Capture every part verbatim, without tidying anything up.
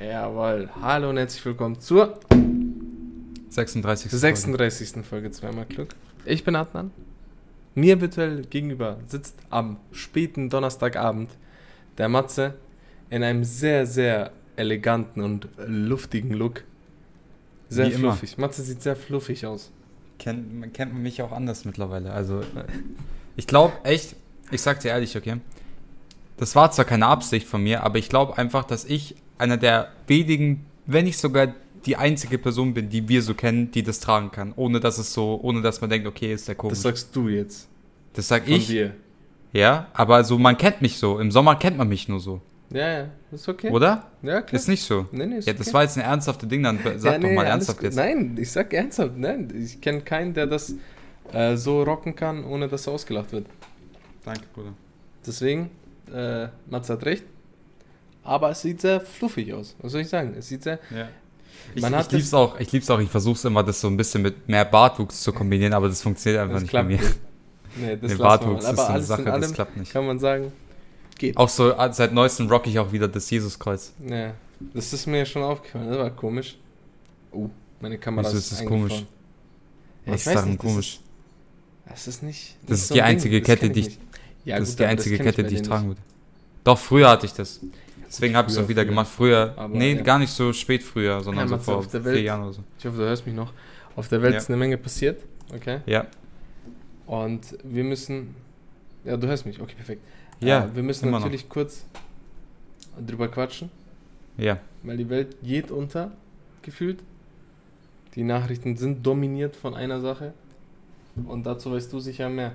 Jawohl. Hallo und herzlich willkommen zur sechsunddreißigsten. sechsunddreißigsten Folge Zweimal Glück. Ich bin Adnan. Mir virtuell gegenüber sitzt am späten Donnerstagabend der Matze in einem sehr, sehr eleganten und luftigen Look. Sehr Wie immer. fluffig. Matze sieht sehr fluffig aus. Kennt, man kennt mich auch anders mittlerweile. Also, ich glaube echt, ich sag dir ehrlich, okay, das war zwar keine Absicht von mir, aber ich glaube einfach, dass ich einer der wenigen, wenn nicht sogar die einzige Person bin, die wir so kennen, die das tragen kann, ohne dass es so, ohne dass man denkt, okay, ist der komisch. Das sagst du jetzt. Das sag Von ich. dir. Ja, aber so, man kennt mich so. Im Sommer kennt man mich nur so. Ja, ja, ist okay. Oder? Ja, klar. Ist nicht so. Nee, nee, ist ja, das okay. war jetzt ein ernsthaftes Ding, dann sag ja, doch nee, mal alles ernsthaft gut. jetzt. Nein, ich sag ernsthaft. Nein, ich kenne keinen, der das äh, so rocken kann, ohne dass er ausgelacht wird. Danke, Bruder. Deswegen, äh, Matze hat recht. Aber es sieht sehr fluffig aus. Was soll ich sagen? Es sieht sehr... Ja. Ich, Man ich hat lieb's auch, ich lieb's auch, ich versuch's immer, das so ein bisschen mit mehr Bartwuchs zu kombinieren, aber das funktioniert einfach Das nicht klappt bei mir. nicht. Nee, das Der lassen wir Bartwuchs mal. ist Aber so eine alles Sache, in allem das klappt nicht. kann man sagen, geht. Auch so, seit neuestem rock ich auch wieder das Jesuskreuz. Ja, das ist mir schon aufgefallen. Das war komisch. Oh, meine Kamera Wieso ist ist das eingefroren. komisch? Ja, Was ich ist weiß daran nicht, das komisch? Ist, das ist nicht... Das ist so die ein einzige Ding, das Kette, kenn die ich- nicht. Ja, Das gut, ist die aber einzige kenn ich Kette, bei die ich dir tragen nicht. würde. Doch, früher hatte ich das. Deswegen habe ich es Früher, auch wieder früher. gemacht. Früher, Aber, nee, ja. gar nicht so spät früher, sondern Ja, so Matze, vor auf der vier Welt- Jahren oder so. Ich hoffe, du hörst mich noch. Auf der Welt Ja. ist eine Menge passiert, okay? Ja, Und wir müssen... Ja, du hörst mich, okay, perfekt. ja, Äh, wir müssen immer natürlich kurz drüber quatschen, ja. weil die Welt geht unter, gefühlt. Die Nachrichten sind dominiert von einer Sache. Und dazu weißt du sicher mehr.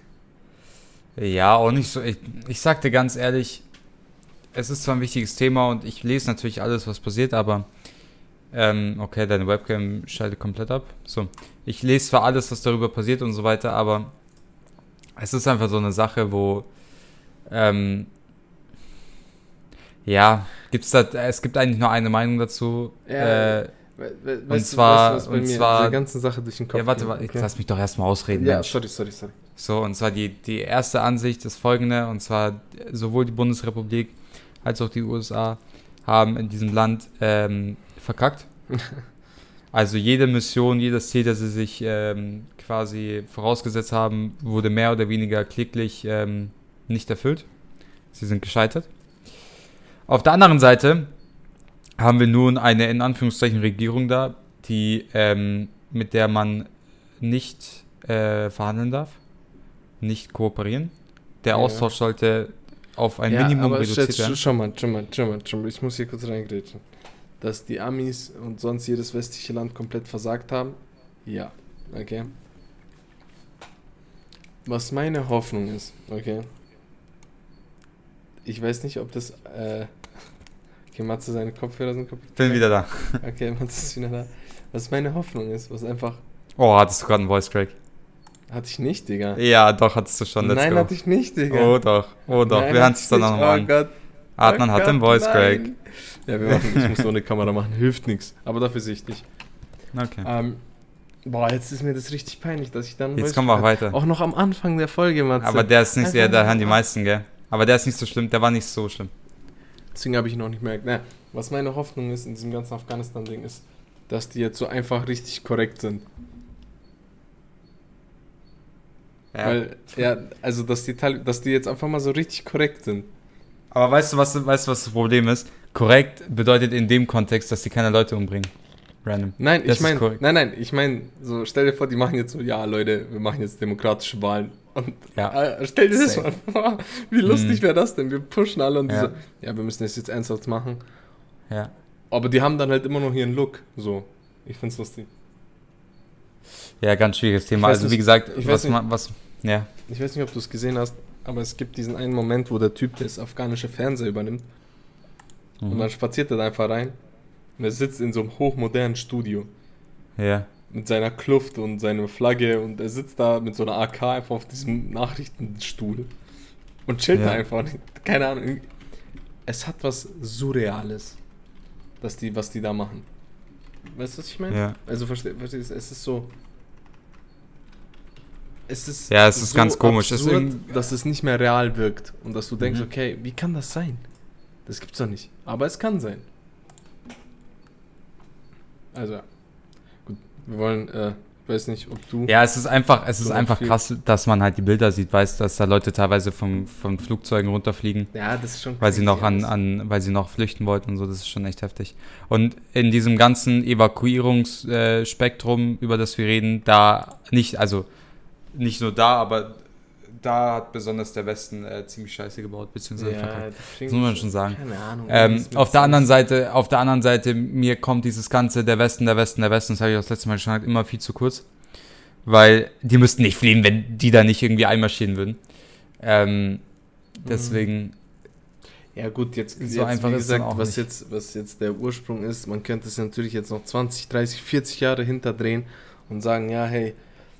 Ja, auch nicht so. Ich, ich sag dir ganz ehrlich, es ist zwar ein wichtiges Thema und ich lese natürlich alles, was passiert, aber ähm, okay, deine Webcam schaltet komplett ab. So, ich lese zwar alles, was darüber passiert und so weiter, aber es ist einfach so eine Sache, wo ähm, ja, gibt's da, es gibt eigentlich nur eine Meinung dazu. Ja, äh, We we und weißt du- zwar- weißt du, was bei und mir zwar- diese ganze Sache durch den Kopf ja, warte, geht? warte, Okay. lass mich doch erstmal ausreden. Ja, Mensch. sorry, sorry, sorry. So, und zwar die, die erste Ansicht ist folgende, und zwar sowohl die Bundesrepublik als auch die U S A haben in diesem Land ähm, verkackt. Also jede Mission, jedes Ziel, das sie sich ähm, quasi vorausgesetzt haben, wurde mehr oder weniger kläglich ähm, nicht erfüllt. Sie sind gescheitert. Auf der anderen Seite haben wir nun eine in Anführungszeichen Regierung da, die ähm, mit der man nicht äh, verhandeln darf, nicht kooperieren. Der Ja. Austausch sollte auf ein ja, Minimum aber reduziert jetzt, werden. schau mal, schau mal, schau mal, schau mal, ich muss hier kurz reingrätschen. Dass die Amis und sonst jedes westliche Land komplett versagt haben? Ja, okay. Was meine Hoffnung ist, okay. Ich weiß nicht, ob das, äh, okay, Matze, seine Kopfhörer sind kaputt. Bin wieder da. Okay, Matze ist wieder da. Was meine Hoffnung ist, was einfach, Oh, hattest du gerade einen Voice Crack? hatte ich nicht, Digga. Ja, doch, hattest du schon. Let's Nein, go. hatte ich nicht, Digga. Oh doch, oh doch. Nein, Wir hören hatte es ich dann nicht. nochmal Oh an. Gott. Adnan Oh hat einen Gott, Voice Crack. nein. Ja, wir machen, ich muss so eine Kamera machen, hilft nichts. Aber dafür sehe ich dich. Okay. Ähm, boah, jetzt ist mir das richtig peinlich, dass ich dann... Jetzt kommen wir auch weiter. Auch noch am Anfang der Folge, Matze. Aber der ist nicht, Einfach ja, da hören die mal- meisten, gell? Aber der ist nicht so schlimm, der war nicht so schlimm. Deswegen habe ich ihn noch nicht gemerkt. Naja, was meine Hoffnung ist in diesem ganzen Afghanistan-Ding ist, dass die jetzt so einfach richtig korrekt sind. Ja. Weil, ja, also dass die, Tal- dass die jetzt einfach mal so richtig korrekt sind. Aber weißt du, was, weißt du, was das Problem ist? Korrekt bedeutet in dem Kontext, dass die keine Leute umbringen. Random. Nein, Das ich ist meine, korrekt. nein, nein, ich meine, so stell dir vor, die machen jetzt so, ja Leute, wir machen jetzt demokratische Wahlen. Und Ja. äh, stell dir das mal vor, wie lustig Mhm. wäre das denn? Wir pushen alle und die Ja. so, ja, wir müssen das jetzt ernsthaft machen. Ja. Aber die haben dann halt immer noch ihren Look. So, ich find's lustig. Ja, ganz schwieriges Thema. weiß Also nicht- wie gesagt, ich weiß was nicht- man, was, ja. Ich weiß nicht, ob du es gesehen hast, aber es gibt diesen einen Moment, wo der Typ das afghanische Fernseher übernimmt und Mhm. dann spaziert er da einfach rein und er sitzt in so einem hochmodernen Studio Ja. mit seiner Kluft und seiner Flagge und er sitzt da mit so einer A K einfach auf diesem Nachrichtenstuhl und chillt da Ja. einfach. Keine Ahnung. Es hat was Surreales, dass die, was die da machen. Weißt du, was ich meine? Ja. Also versteh, verstehst du, es ist so... Es ist Ja, es ist so ganz komisch. Es ist absurd, irgend- dass es nicht mehr real wirkt und dass du denkst, Mhm. okay, wie kann das sein? Das gibt's doch nicht. Aber es kann sein. Also, gut, wir wollen, äh, ich weiß nicht, ob du... Ja, es ist einfach, es ist So einfach viel- krass, dass man halt die Bilder sieht, weißt, dass da Leute teilweise vom, von Flugzeugen runterfliegen, Ja, das ist schon weil sie crazy noch an, alles. an, weil sie noch flüchten wollten und so, das ist schon echt heftig. Und in diesem ganzen Evakuierungsspektrum, über das wir reden, da nicht, also nicht nur da, aber da hat besonders der Westen äh, ziemlich scheiße gebaut, beziehungsweise verkackt. das muss man schon sagen. Keine Ahnung. Ähm, was mit auf der so- anderen Seite, auf der anderen Seite, mir kommt dieses ganze der Westen, der Westen, der Westen, das habe ich auch das letzte Mal schon gesagt, immer viel zu kurz. Weil die müssten nicht fliehen, wenn die da nicht irgendwie einmarschieren würden. Ähm, deswegen, Ja gut, jetzt, So jetzt einfach wie ist es dann gesagt, auch was nicht. jetzt, was jetzt der Ursprung ist, man könnte es natürlich jetzt noch zwanzig, dreißig, vierzig Jahre hinterdrehen und sagen, ja, hey,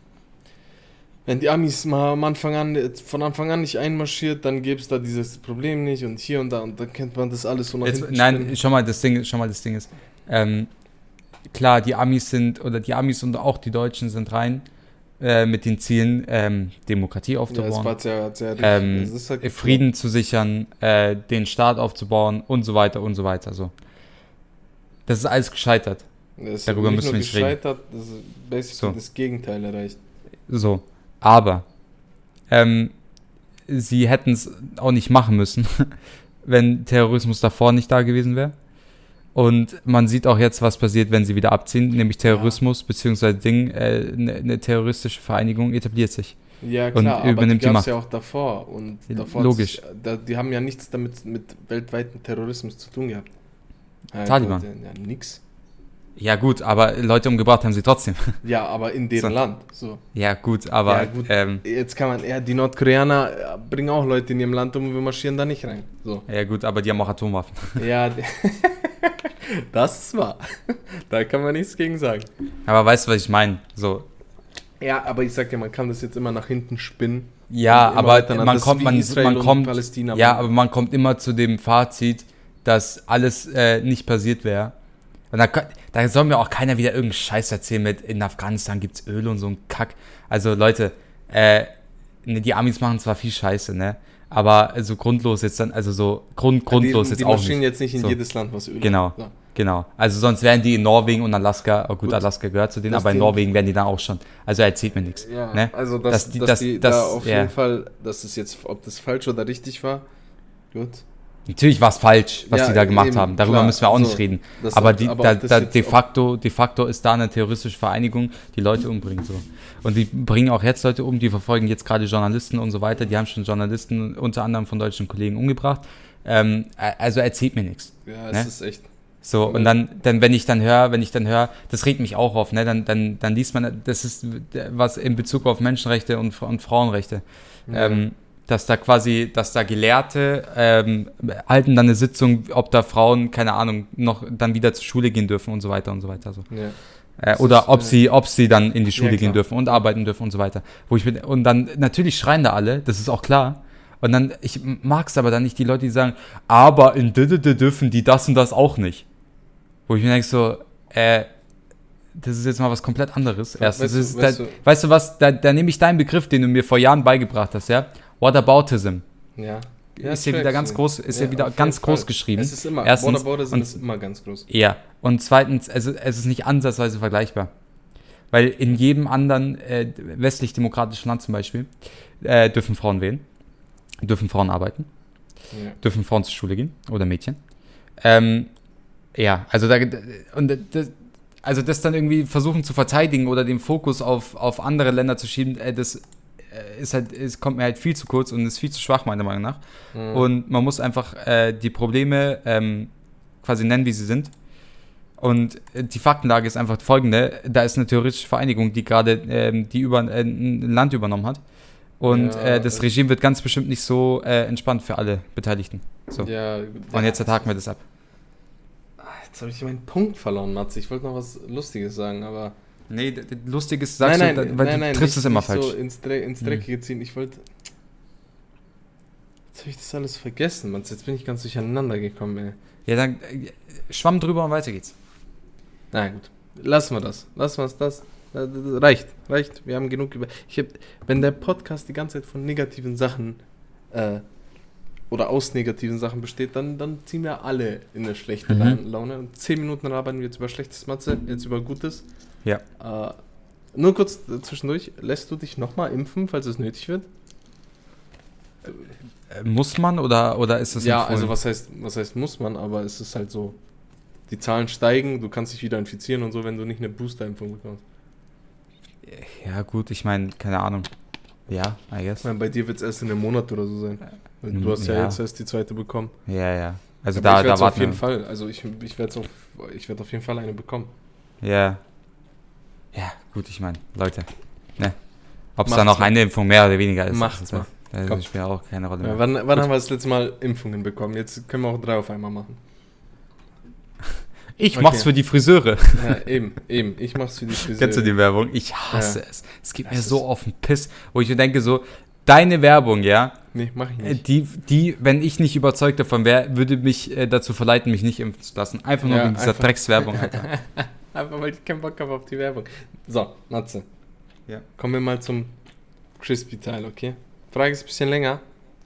wenn die Amis mal am Anfang an, von Anfang an nicht einmarschiert, dann gäbe es da dieses Problem nicht und hier und da und dann kennt man das alles so nach jetzt, hinten nein, spinnen. schau mal, das Ding, schau mal, das Ding ist, ähm, klar, die Amis sind, oder die Amis und auch die Deutschen sind rein äh, mit den Zielen, ähm, Demokratie Ja, das aufzubauen. war ja, sehr richtig. ähm, Das ist halt Frieden zu sichern, äh, den Staat aufzubauen und so weiter und so weiter. So. Das ist alles gescheitert. Das ist darüber nicht müssen nur wir nicht reden. gescheitert, das ist basically So. das Gegenteil erreicht. So. Aber ähm, sie hätten es auch nicht machen müssen, wenn Terrorismus davor nicht da gewesen wäre. Und man sieht auch jetzt, was passiert, wenn sie wieder abziehen, nämlich Terrorismus beziehungsweise Ding, äh, eine, eine terroristische Vereinigung etabliert sich. Ja Und klar, aber übernimmt die die gab es Macht. ja auch davor und davor Logisch. hat sich- da, die haben ja nichts damit mit weltweiten Terrorismus zu tun gehabt. Ja, Taliban. Gut, ja, nix. Ja gut, aber Leute umgebracht haben sie trotzdem. Ja, aber in deren So. Land. So. Ja gut, aber Ja, gut. Ähm, Jetzt kann man, ja, die Nordkoreaner ja, bringen auch Leute in ihrem Land um und wir marschieren da nicht rein. So. ja gut, aber die haben auch Atomwaffen. Ja, die- das ist wahr. Da kann man nichts gegen sagen. Aber weißt du, was ich meine? So, Ja, aber ich sag dir, man kann das jetzt immer nach hinten spinnen. ja, Und immer aber weiter nach- man das ist kommt, wie man, Israel man und kommt, Palästina. ja, aber man kommt immer zu dem Fazit, dass alles äh, nicht passiert wäre. Und da, kann- da soll mir auch keiner wieder irgendeinen Scheiß erzählen mit, in Afghanistan gibt's Öl und so ein Kack. Also Leute, äh, ne, die Amis machen zwar viel Scheiße, ne, aber so grundlos jetzt dann, also so grund, grundlos die, jetzt die auch marschieren nicht. jetzt nicht in So. jedes Land, was Öl Genau. hat. So. Genau. Also sonst wären die in Norwegen und Alaska, oh gut, Gut. Alaska gehört zu denen, Das aber in Ding- Norwegen wären die dann auch schon. Also erzählt mir nichts. Ja, Ne? also dass, Dass dass die- die, dass- die dass- da auf ja. jeden Fall, dass es jetzt, ob das falsch oder richtig war, gut. Natürlich war es falsch, was Ja, die da gemacht eben, haben. Darüber klar, müssen wir auch so. nicht reden. Das aber auch- die, aber da, ob das da, jetzt de, auch- facto, de facto ist da eine terroristische Vereinigung, die Leute umbringt. So. Und die bringen auch jetzt Leute um, die verfolgen jetzt gerade Journalisten und so weiter. Die haben schon Journalisten unter anderem von deutschen Kollegen umgebracht. Ähm, also erzählt mir nichts. Ja, Ne? es ist echt. So, und dann, dann, wenn ich dann höre, wenn ich dann höre, das regt mich auch auf, ne, dann, dann, dann liest man, das ist was in Bezug auf Menschenrechte und, und Frauenrechte, Ja. ähm, dass da quasi, dass da Gelehrte ähm, halten dann eine Sitzung, ob da Frauen, keine Ahnung, noch dann wieder zur Schule gehen dürfen und so weiter und so weiter. So. Ja. Äh, Das oder ist, ob äh, sie, ob sie dann in die Schule ja, gehen klar. dürfen und arbeiten dürfen und so weiter. Wo ich bin, und dann, natürlich schreien da alle, das ist auch klar. Und dann, ich mag es aber dann nicht, die Leute, die sagen, aber in d dürfen die das und das auch nicht. Wo ich mir denke so, äh, das ist jetzt mal was komplett anderes. Erstens, Weißt du- das ist weißt da, du- weißt du was, da, da nehme ich deinen Begriff, den du mir vor Jahren beigebracht hast, ja? Whataboutism. Ja. Ist hier wieder ganz groß, ist hier wieder auf ganz jeden groß Fall. geschrieben. Es ist immer, Erstens. Whataboutism Und- ist immer ganz groß. Ja, und zweitens, also, es ist nicht ansatzweise vergleichbar. Weil in jedem anderen äh, westlich-demokratischen Land zum Beispiel äh, dürfen Frauen wählen, dürfen Frauen arbeiten, Ja. dürfen Frauen zur Schule gehen oder Mädchen. Ähm, ja, also da, und das, also das dann irgendwie versuchen zu verteidigen oder den Fokus auf, auf andere Länder zu schieben, äh, das äh, ist halt, es kommt mir halt viel zu kurz und ist viel zu schwach, meiner Meinung nach. Mhm. Und man muss einfach äh, die Probleme ähm, quasi nennen, wie sie sind. Und äh, die Faktenlage ist einfach folgende: Da ist eine terroristische Vereinigung, die gerade ähm, die über, äh, ein Land übernommen hat. Und Ja, äh, das es- Regime wird ganz bestimmt nicht so äh, entspannt für alle Beteiligten. So. Ja, Und jetzt ertagen wir das ab. Jetzt habe ich meinen Punkt verloren, Matze. Ich wollte noch was Lustiges sagen, aber. Nee, d- d- lustig ist, sagst nein, du, nein, da- weil nein, du nein, triffst nicht, es immer nicht falsch. so ins, Dre ins Dreckige ziehen. Ich wollte. Jetzt habe ich das alles vergessen, Matze. Jetzt bin ich ganz durcheinander gekommen, ey. Ja, dann äh, schwamm drüber und weiter geht's. Na gut, lassen wir das. Lassen wir es das. Äh, Reicht, reicht. Wir haben genug über. Ich hab, wenn der Podcast die ganze Zeit von negativen Sachen äh, oder aus negativen Sachen besteht, dann, dann ziehen wir alle in eine schlechte Mhm. Laune. Und zehn Minuten arbeiten wir jetzt über Schlechtes, Matze, jetzt über Gutes. Ja. Äh, nur kurz äh, zwischendurch, lässt du dich nochmal impfen, falls es nötig wird? Äh, Muss man oder, oder ist das Ja, empfohlen? also was heißt, was heißt muss man, aber es ist halt so, die Zahlen steigen, du kannst dich wieder infizieren und so, wenn du nicht eine Booster-Impfung bekommst. Ja, gut, ich meine, keine Ahnung. Ja, I guess. Ich meine, bei dir wird es erst in einem Monat oder so sein. Weil Mm, Du hast ja, ja. jetzt erst die zweite bekommen. Ja, ja. Also Aber da, ich werde da auf warten jeden wir. Fall, also ich, ich werde auf, ich werd auf jeden Fall eine bekommen. Ja. Ja, gut, ich meine, Leute. Ne. Ob es Macht's da noch mal. eine Impfung mehr oder weniger ist, Macht's das, mal. das, Komm. das spielt auch keine Rolle mehr. Ja, wann wann haben wir das letzte Mal Impfungen bekommen? Jetzt können wir auch drei auf einmal machen. Ich Okay. mach's für die Friseure. Ja, eben, eben. Ich mach's für die Friseure. Kennst du die Werbung? Ich hasse Ja. es. Es geht Das mir so ist- auf den Piss, wo ich mir denke so, deine Werbung, ja, Nee, mach ich äh, nicht. die, die, wenn ich nicht überzeugt davon wäre, würde mich äh, dazu verleiten, mich nicht impfen zu lassen. Einfach nur Ja, wegen dieser einfach. Dreckswerbung, Alter. Einfach weil ich keinen Bock habe auf die Werbung. So, Matze. Ja. Kommen wir mal zum Crispy-Teil, okay? Frage ist ein bisschen länger.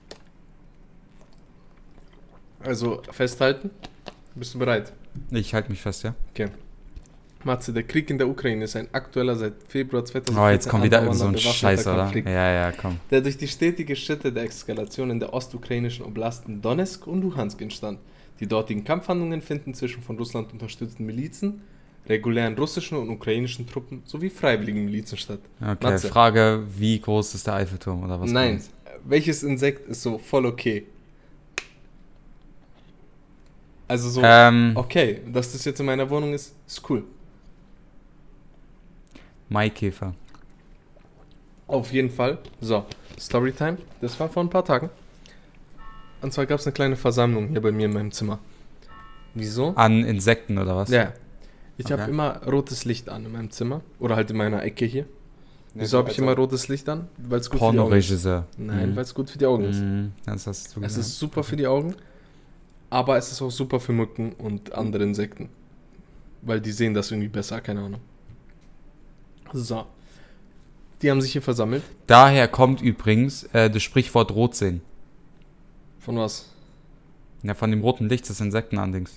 Also, festhalten. Bist du bereit? Ich halte mich fest, ja. Matze, der Krieg in der Ukraine ist ein aktueller seit Februar zweitausendvierzehn Oh, jetzt kommt wieder irgend so ein andauernder Scheiß, bewaffneter oder? Konflikt, Ja, ja, komm. der durch die stetige Schritte der Eskalation in der ostukrainischen Oblasten Donetsk und Luhansk entstand. Die dortigen Kampfhandlungen finden zwischen von Russland unterstützten Milizen, regulären russischen und ukrainischen Truppen sowie freiwilligen Milizen statt. Okay, Matze. Frage, wie groß ist der Eiffelturm oder was? Nein, kommt? welches Insekt ist so voll okay? Also so, Ähm, okay, dass das jetzt in meiner Wohnung ist, ist cool. Maikäfer. Auf jeden Fall. So, Storytime. Das war vor ein paar Tagen. Und zwar gab es eine kleine Versammlung hier bei mir in meinem Zimmer. Wieso? An Insekten oder was? Ja. Ich habe Okay. immer rotes Licht an in meinem Zimmer. Oder halt in meiner Ecke hier. Wieso habe ich also immer rotes Licht an? Weil es gut für die Augen ist. Pornoregisseur. Nein, Mhm. weil es gut für die Augen ist. Mhm, das hast du Es gesagt. ist super für die Augen. Aber es ist auch super für Mücken und andere Insekten. Weil die sehen das irgendwie besser, keine Ahnung. So. Die haben sich hier versammelt. Daher kommt übrigens äh, das Sprichwort rot sehen. Von was? Ja, von dem roten Licht des Insekten andings.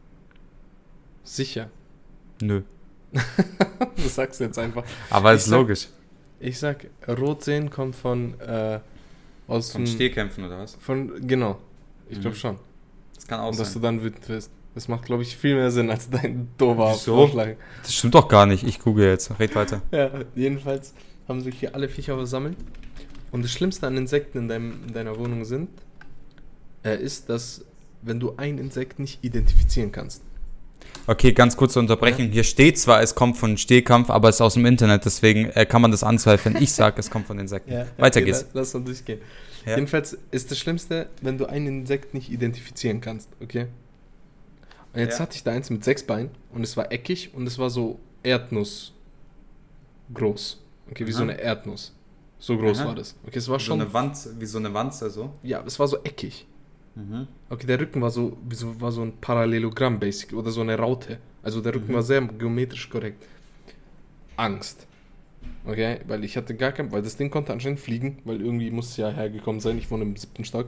Sicher. Nö. Das sagst du jetzt einfach. Aber Ich ist sag- logisch. Ich sag, rot sehen kommt von, äh, aus Von dem... Stehkämpfen oder was? Von, genau. Ich glaube Mhm. schon. Das kann auch Und dass du sein. dann wütend wirst. Das macht, glaube ich, viel mehr Sinn als dein doofer Wieso? Vorschlag. Das stimmt doch gar nicht. Ich google jetzt. Red weiter. Ja, jedenfalls haben sich hier alle Viecher versammelt. Und das Schlimmste an Insekten in, deinem, in deiner Wohnung sind, äh, ist, dass, wenn du ein Insekt nicht identifizieren kannst. Okay, ganz kurze Unterbrechung. Hier steht zwar, es kommt von Stehkampf, aber es ist aus dem Internet. Deswegen äh, kann man das anzweifeln. Ich sag, es kommt von Insekten. Weiter okay, geht's. la- Lass uns durchgehen. Ja. Jedenfalls ist das Schlimmste, wenn du ein Insekt nicht identifizieren kannst, okay? Und jetzt Ja. hatte ich da eins mit sechs Beinen und es war eckig und es war so Erdnuss groß. Okay, wie Aha. so eine Erdnuss. So groß Aha. war das. Okay, es war So schon. eine Wand, wie so eine Wanze so. Ja, es war so eckig. Mhm. Okay, der Rücken war so, wie so, war so ein Parallelogramm, basic, oder so eine Raute. Also der Rücken Mhm. war sehr geometrisch korrekt. Angst. Okay, weil ich hatte gar kein, weil das Ding konnte anscheinend fliegen, weil irgendwie muss es ja hergekommen sein. Ich wohne im siebten Stock.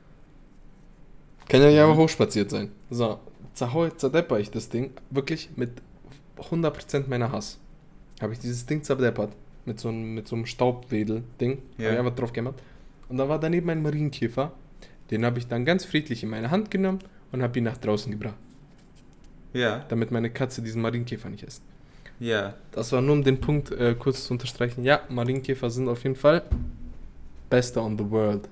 Kann ja ja Mhm. aber hochspaziert sein. So, zerhau, zerdepper ich das Ding, wirklich mit hundert Prozent meiner Hass. Habe ich dieses Ding zerdeppert, mit so einem, mit so einem Staubwedel-Ding. Ja. Habe ich einfach drauf gemacht. Und da war daneben ein Marienkäfer. Den habe ich dann ganz friedlich in meine Hand genommen und habe ihn nach draußen gebracht, Ja, damit meine Katze diesen Marienkäfer nicht isst. ja. Das war nur um den Punkt äh, kurz zu unterstreichen. Ja, Marienkäfer sind auf jeden Fall beste on the world.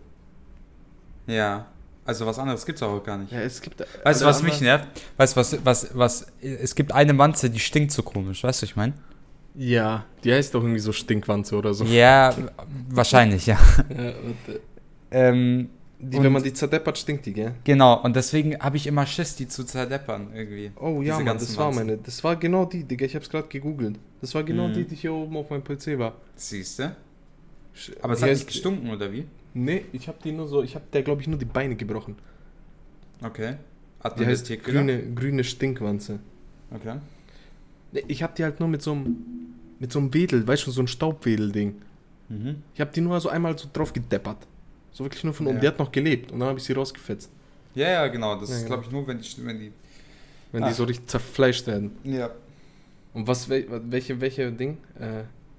Ja. Also was anderes gibt's auch gar nicht. Ja, es gibt. Weißt du, alle was mich anderen- nervt? Weißt du, was, was, was, es gibt eine Wanze, die stinkt so komisch, weißt du, ich meine? Ja, die heißt doch irgendwie so Stinkwanze oder so. Ja, wahrscheinlich, ja. Ja, und, äh, Ähm, die, Und- wenn man die zerdeppert, stinkt die, gell? genau, und deswegen habe ich immer Schiss, die zu zerdeppern irgendwie. Oh ja, Diese Mann, ganzen das war Wanzen. meine. Das war genau die, Digga. Ich hab's gerade gegoogelt. Das war genau Mhm. die, die hier oben auf meinem P C war. Siehst du? Sch- Aber es die hat heißt- nicht gestunken, oder wie? Nee, ich hab die nur so. Ich hab der, glaube ich, nur die Beine gebrochen. Okay. Hat Die man das heißt Tier grüne. grüne, grüne Stinkwanze. Okay. Nee, ich hab die halt nur mit so einem. Mit so einem Wedel, weißt du, so ein Staubwedel-Ding. Mhm. Ich hab die nur so einmal so drauf gedeppert. So wirklich nur von oben. Ja. Die hat noch gelebt und dann habe ich sie rausgefetzt. Ja, ja, genau. Das Ja, ist, genau. glaube ich, nur, wenn die... Wenn die Wenn Ah. die so richtig zerfleischt werden. ja. Und was, wel- welche, welche Ding? Äh,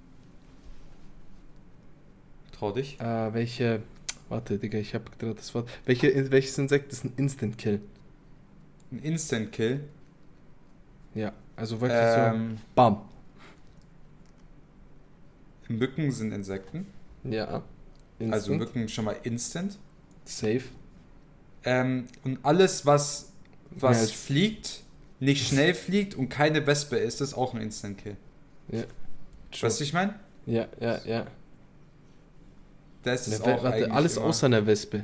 Trau dich. äh, welche, warte, Digga, ich habe gerade das Wort. Welche, welches Insekt ist ein Instant-Kill? Ein Instant-Kill. Ja, also wirklich so, Ähm, bam. Mücken sind Insekten. Ja, Instant, Also Mücken schon mal instant. safe. Ähm, und alles, was, was Mehr als- fliegt, nicht schnell fliegt und keine Wespe ist, ist auch ein Instant-Kill. Ja. Weißt du, ich meine? Ja, ja, ja. Das ist Eine We- auch warte, eigentlich alles immer- außer einer Wespe.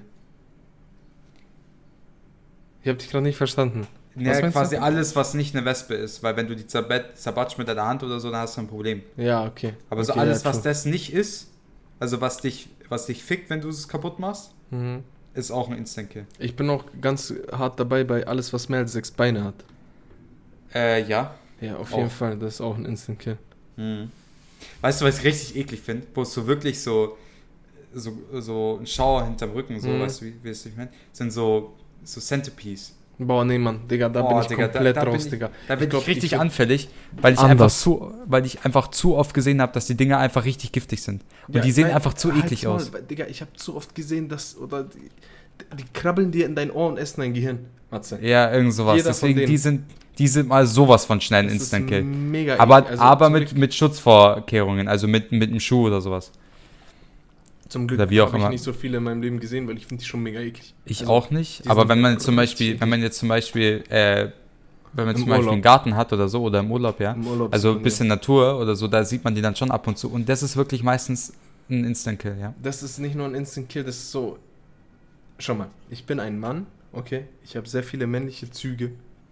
Ich habe dich gerade nicht verstanden. Was Ja, meinst quasi du? alles, was nicht eine Wespe ist. Weil wenn du die zerbat- zerbatschst mit deiner Hand oder so, dann hast du ein Problem. Ja, okay. Aber so okay, alles, ja, was true. das nicht ist, also was dich, was dich fickt, wenn du es kaputt machst, Mhm. ist auch ein Instant-Kill. Ich bin auch ganz hart dabei bei alles, was mehr als sechs Beine hat. Äh, ja. Ja, auf Auch. jeden Fall, das ist auch ein Instant-Kill. Mhm. Weißt du, was ich richtig eklig finde? Wo es so wirklich so, so, so ein Schauer hinterm Rücken, so, Mhm. weißt du, wie, wie es ich meine? Sind so, so Centipedes. Boah, nee, Mann, Digga, da Boah, bin ich Digga, da- komplett da bin raus, ich- Digga. Da bin ich, glaub, richtig würd- anfällig, weil ich, einfach Anders. zu, weil ich einfach zu oft gesehen habe, dass die Dinger einfach richtig giftig sind. Und Ja, die sehen nein, einfach zu halt's eklig Maul, aus. weil, Digga, ich habe zu oft gesehen, dass, oder die, die krabbeln dir in dein Ohr und essen dein Gehirn, Matze. Ja, irgend sowas. Jeder von Deswegen, denen. die sind, die sind mal sowas von schnell ein Das ist Instant-Kill. mega Aber, eklig. Also aber zum mit, Glück, mit Schutzvorkehrungen, also mit, mit einem Schuh oder sowas. zum Glück oder wie auch habe ich immer. nicht so viele in meinem Leben gesehen, weil ich finde die schon mega eklig. Ich Also, auch nicht, die aber sind wenn man zum richtig Beispiel, wenn man jetzt zum Beispiel, äh, wenn man Im zum Beispiel Urlaub. einen Garten hat oder so, oder im Urlaub, ja, im Urlaub also sind ein wir- bisschen Natur oder so, da sieht man die dann schon ab und zu. Und das ist wirklich meistens ein Instant-Kill, ja. Das ist nicht nur ein Instant-Kill, das ist so. Schau mal, ich bin ein Mann, okay? Ich habe sehr viele männliche Züge.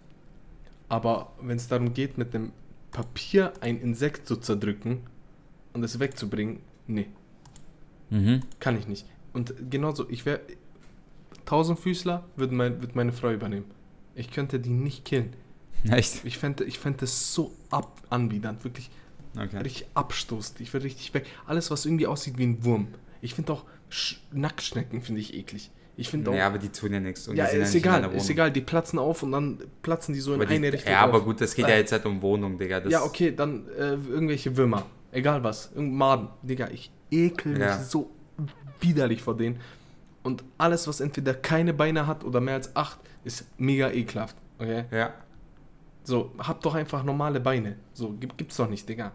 Aber wenn es darum geht, mit dem Papier ein Insekt zu zerdrücken und es wegzubringen, nee, Mhm. kann ich nicht. Und genauso, ich wäre. Tausendfüßler würde mein, würd meine Frau übernehmen. Ich könnte die nicht killen. Echt? Ich fände ich fänd das so ab anbiedernd, wirklich Okay. richtig abstoßend. Ich würde richtig weg. Alles, was irgendwie aussieht wie ein Wurm. Ich finde auch Sch Nacktschnecken finde ich eklig. Ich finde auch. Ja, aber die tun ja nichts. Und ja, die sind ist nicht in egal, deiner ist Wohnung. egal. Die platzen auf und dann platzen die so in Aber die, eine Richtung ja, aber auf. gut, das geht ja jetzt halt um Wohnung, Digga. Das, Ja, okay, dann äh, irgendwelche Würmer. Egal was. Irgendein Maden. Digga, ich ekel Ja. mich so widerlich vor denen. Und alles, was entweder keine Beine hat oder mehr als acht, ist mega ekelhaft. Okay? Ja. So, hab doch einfach normale Beine. So, gibt, gibt's doch nicht, Digga.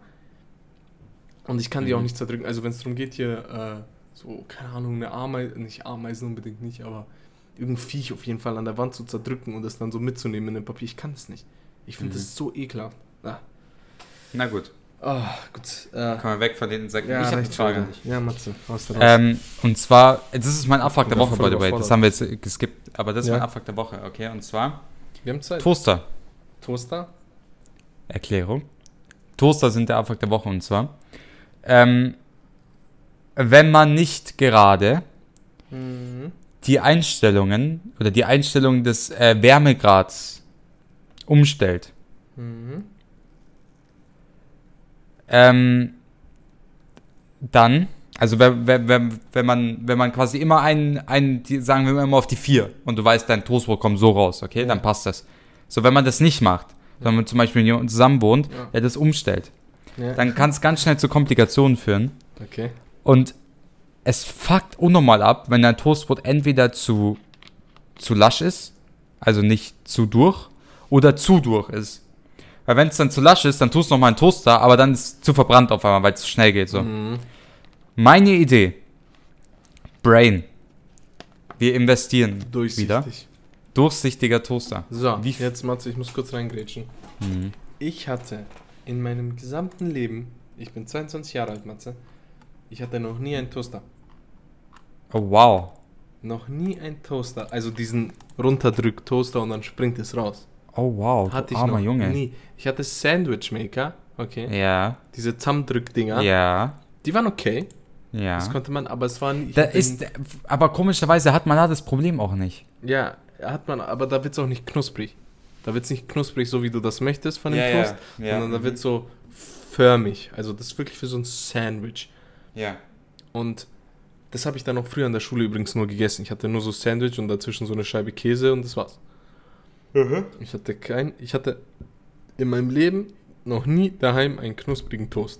Und ich kann die Mhm. auch nicht zerdrücken. Also, wenn es darum geht, hier, äh, so, keine Ahnung, eine Ameise, nicht Ameisen unbedingt nicht, aber irgendein Viech auf jeden Fall an der Wand zu zerdrücken und das dann so mitzunehmen in dem Papier, ich kann das nicht. Ich finde Mhm. das so ekelhaft. Ah, Na gut, ah gut. Äh, kommen wir weg von den Insekten. ja, ich habe eine recht Frage schon an dich. wieder. Ja, Matze, haust du raus. Ähm, und zwar, das ist mein Abfuck der bin Woche, voll by the way. Das überfordert. haben wir jetzt äh, geskippt, aber das ist Ja. mein Abfuck der Woche, okay? Und zwar Wir haben Zeit. Toaster. Toaster? Erklärung. Toaster sind der Abfuck der Woche und zwar, ähm, wenn man nicht gerade Mhm. die Einstellungen oder die Einstellungen des äh, Wärmegrads umstellt, Mhm. ähm, dann, also wenn, wenn, wenn, wenn, man, wenn man quasi immer einen, einen die, sagen wir immer auf die vier und du weißt, dein Toastbrot kommt so raus, okay, Ja. dann passt das. So, wenn man das nicht macht, wenn man zum Beispiel mit jemandem zusammen wohnt, Ja. der das umstellt, Ja. dann kann es ganz schnell zu Komplikationen führen. Okay. Und es fuckt unnormal ab, wenn dein Toastbrot entweder zu, zu lasch ist, also nicht zu durch, oder zu durch ist. Weil wenn es dann zu lasch ist, dann tust du nochmal einen Toaster, aber dann ist es zu verbrannt auf einmal, weil es zu schnell geht. So. Mhm. Meine Idee. Brain. Wir investieren wieder. Durchsichtig. Durchsichtiger Toaster. So, Wie f- jetzt Matze, ich muss kurz reingrätschen. Mhm. Ich hatte in meinem gesamten Leben, ich bin zweiundzwanzig Jahre alt, Matze, ich hatte noch nie einen Toaster. Oh, wow. Noch nie einen Toaster. Also diesen Runterdrück-Toaster und dann springt es raus. Oh, wow. Hatte Du ich armer noch Junge. nie. Ich hatte Sandwich-Maker, okay. Ja. Diese Zusammendrück-Dinger. Ja. Die waren okay. Ja. Das konnte man, aber es war nicht. Da ist, aber komischerweise hat man da das Problem auch nicht. Ja, hat man, aber da wird es auch nicht knusprig. Da wird es nicht knusprig, so wie du das möchtest von dem Ja, ja, Toast, ja, sondern da mhm. wird so förmig. Also das ist wirklich für so ein Sandwich. Ja. Und Das habe ich dann auch früher in der Schule übrigens nur gegessen. Ich hatte nur so Sandwich und dazwischen so eine Scheibe Käse und das war's. Mhm. Ich hatte kein, ich hatte in meinem Leben noch nie daheim einen knusprigen Toast.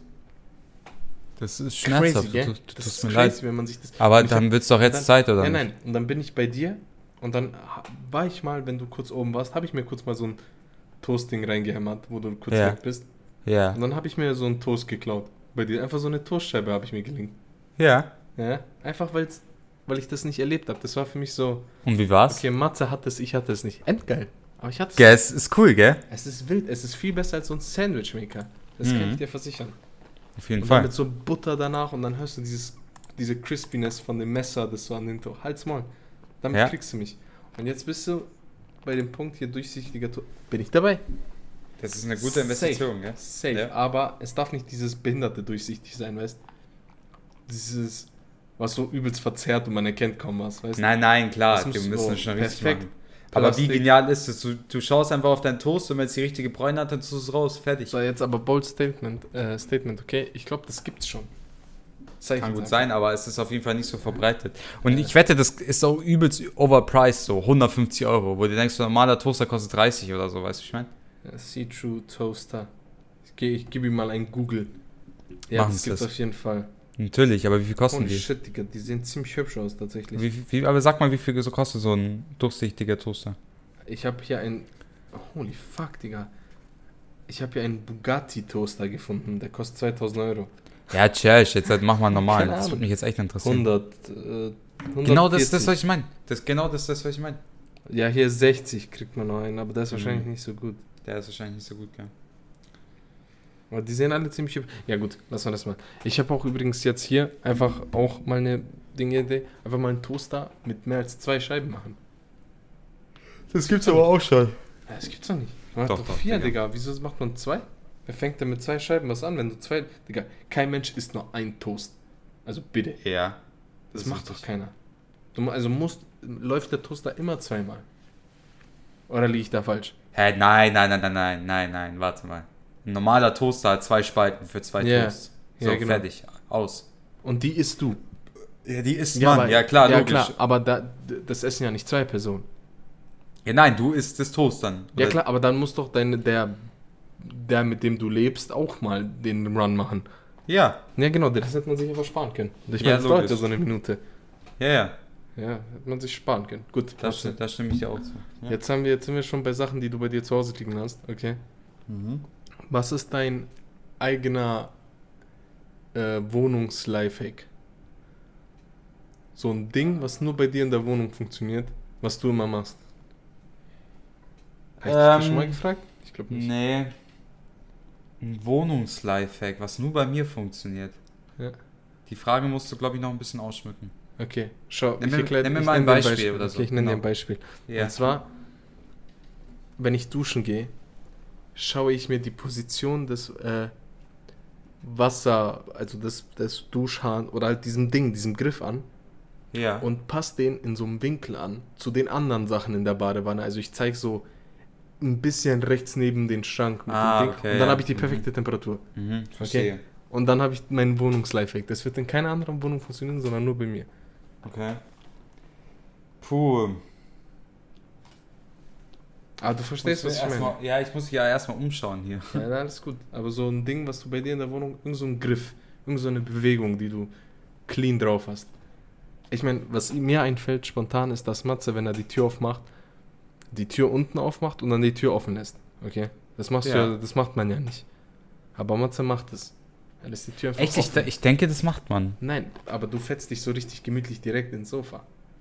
Das ist schmerzhaft. Crazy, du, du, du das tust ist mir crazy, leid. wenn man sich das... Aber Und dann hab, wird's doch jetzt dann, Zeit, oder Nein, nicht? nein. Und dann bin ich bei dir und dann war ich mal, wenn du kurz oben warst, habe ich mir kurz mal so ein Toastding reingehämmert, wo du kurz Ja. weg bist. Ja. Und dann habe ich mir so einen Toast geklaut. Bei dir einfach so eine Toastscheibe habe ich mir gelingt. Ja. Ja, einfach weil's, weil ich das nicht erlebt habe. Das war für mich so, Und wie war's? okay, Matze hat es, ich hatte es nicht. Endgeil. Aber ich hatte es. Gell, es ist cool, gell? Es ist wild, es ist viel besser als so ein Sandwichmaker. Das Mhm. kann ich dir versichern. Auf jeden Und dann Fall. mit so Butter danach und dann hörst du dieses, diese Crispiness von dem Messer, das so an den To- Halt's Maul. Damit Ja. kriegst du mich. Und jetzt bist du bei dem Punkt hier durchsichtiger To- Bin ich dabei? Das ist eine gute Investition, gell? Safe. Ja. Aber es darf nicht dieses behinderte durchsichtig sein, weißt du? Dieses, was so übelst verzerrt und man erkennt kaum was, weißt du? Nein, nein, klar, Das wir muss müssen so es schon richtig perfekt machen. Aber wie Plastik. genial ist es? Du, du schaust einfach auf deinen Toast und wenn es die richtige Bräune hat, dann tust du es raus. Fertig. So, jetzt aber bold Statement, äh, Statement, okay? Ich glaube, das gibt's schon. Sag ich Kann jetzt gut einfach. sein, aber es ist auf jeden Fall nicht so verbreitet. Und Ja. ich wette, das ist auch übelst overpriced, so hundertfünfzig Euro, wo du denkst, so ein normaler Toaster kostet dreißig oder so, weißt du, ich meine? Ja, See-Through Toaster. Ich, geh- ich gebe ihm mal ein Google. Ja, Machen das Sie gibt's das. auf jeden Fall. Natürlich, aber wie viel kosten Holy die? shit, Digga, die sehen ziemlich hübsch aus tatsächlich. Wie, wie, aber sag mal, wie viel so kostet so ein durchsichtiger Toaster? Ich habe hier ein... Holy fuck, Digga. Ich habe hier einen Bugatti-Toaster gefunden, der kostet zweitausend Euro. Ja, Church, jetzt halt mach mal normal. Keine Das würde Ahnung. mich jetzt echt interessieren. hundert, äh, Genau das ist das, hundertvierzig. was ich meine. Das, genau das ist das, was ich meine. Ja, hier sechzig kriegt man noch einen, aber der ist Mhm. wahrscheinlich nicht so gut. Der ist wahrscheinlich nicht so gut, gell? Aber die sehen alle ziemlich hübsch. Ja gut, lassen wir das mal. Ich habe auch übrigens jetzt hier einfach auch mal eine Dinge-Idee. Einfach mal einen Toaster mit mehr als zwei Scheiben machen. Das gibt's aber auch schon. Ja, das gibt's doch nicht. Man hat Doch, doch, doch, vier, Digga. Digga. Wieso macht man zwei? Wer fängt denn mit zwei Scheiben was an, wenn du zwei... Digga, kein Mensch isst nur ein Toast. Also bitte. Ja. Das, Das macht ist doch richtig. keiner. Du, mu- also musst, läuft der Toaster immer zweimal. Oder liege ich da falsch? Hä, nein, nein, nein, nein, nein, nein, nein, warte mal. Ein normaler Toaster hat zwei Spalten für zwei Ja. Toasts. So, Ja, genau. fertig. Aus. Und die isst du. Ja, die isst Ja, man. aber- ja, klar, ja, logisch. klar, aber da, d- das essen ja nicht zwei Personen. Ja, nein, du isst das Toast dann. Ja Oder- klar, aber dann muss doch deine, der, der, mit dem du lebst, auch mal den Run machen. Ja, Ja genau, das hätte man sich einfach sparen können. Und ich Ja, meine, das dauert logisch. ja so eine Minute. ja, ja. Ja, hätte man sich sparen können. Gut, Da, warte. sti- da stimme ich dir auch zu. Ja. Jetzt, haben wir, jetzt sind wir schon bei Sachen, die du bei dir zu Hause liegen hast. Okay. Mhm. Was ist dein eigener äh, Wohnungs-Lifehack? So ein Ding, was nur bei dir in der Wohnung funktioniert, was du immer machst. Habe ich dich das schon mal Ähm, gefragt? Ich glaube nicht. Nee. Ein Wohnungslifehack, was nur bei mir funktioniert. Ja. Die Frage musst du, glaube ich, noch ein bisschen ausschmücken. Okay, schau. Nimm ich mir- erklär- nimm mir ich mal ein nenn dir Beispiel oder so. Okay, ich nenne dir Genau. ein Beispiel. Ja. Und zwar, wenn ich duschen gehe, schaue ich mir die Position des äh, Wasser, also des, des Duschhahn oder halt diesem Ding, diesem Griff an Ja. und passe den in so einem Winkel an zu den anderen Sachen in der Badewanne. Also ich zeige so ein bisschen rechts neben den Schrank mit Ah, dem Ding okay, und dann ja. habe ich die Mhm. perfekte Temperatur. Mhm, verstehe. Und dann habe ich meinen Wohnungs-Lifehack. Das wird in keiner anderen Wohnung funktionieren, sondern nur bei mir. Okay. Puh. Ah, du verstehst, was ich meine? Erstmal- Ja, ich muss ja erstmal umschauen hier. Ja, na, alles gut. Aber so ein Ding, was du bei dir in der Wohnung, irgend so ein Griff, irgend so eine Bewegung, die du clean drauf hast. Ich meine, was mir einfällt spontan ist, dass Matze, wenn er die Tür aufmacht, die Tür unten aufmacht und dann die Tür offen lässt. Okay? Das machst Ja. du ja, das macht man ja nicht. Aber Matze macht es. Er lässt die Tür einfach Echt? Ich, offen. ich denke, das macht man. Nein, aber du fetzt dich so richtig gemütlich direkt ins Sofa.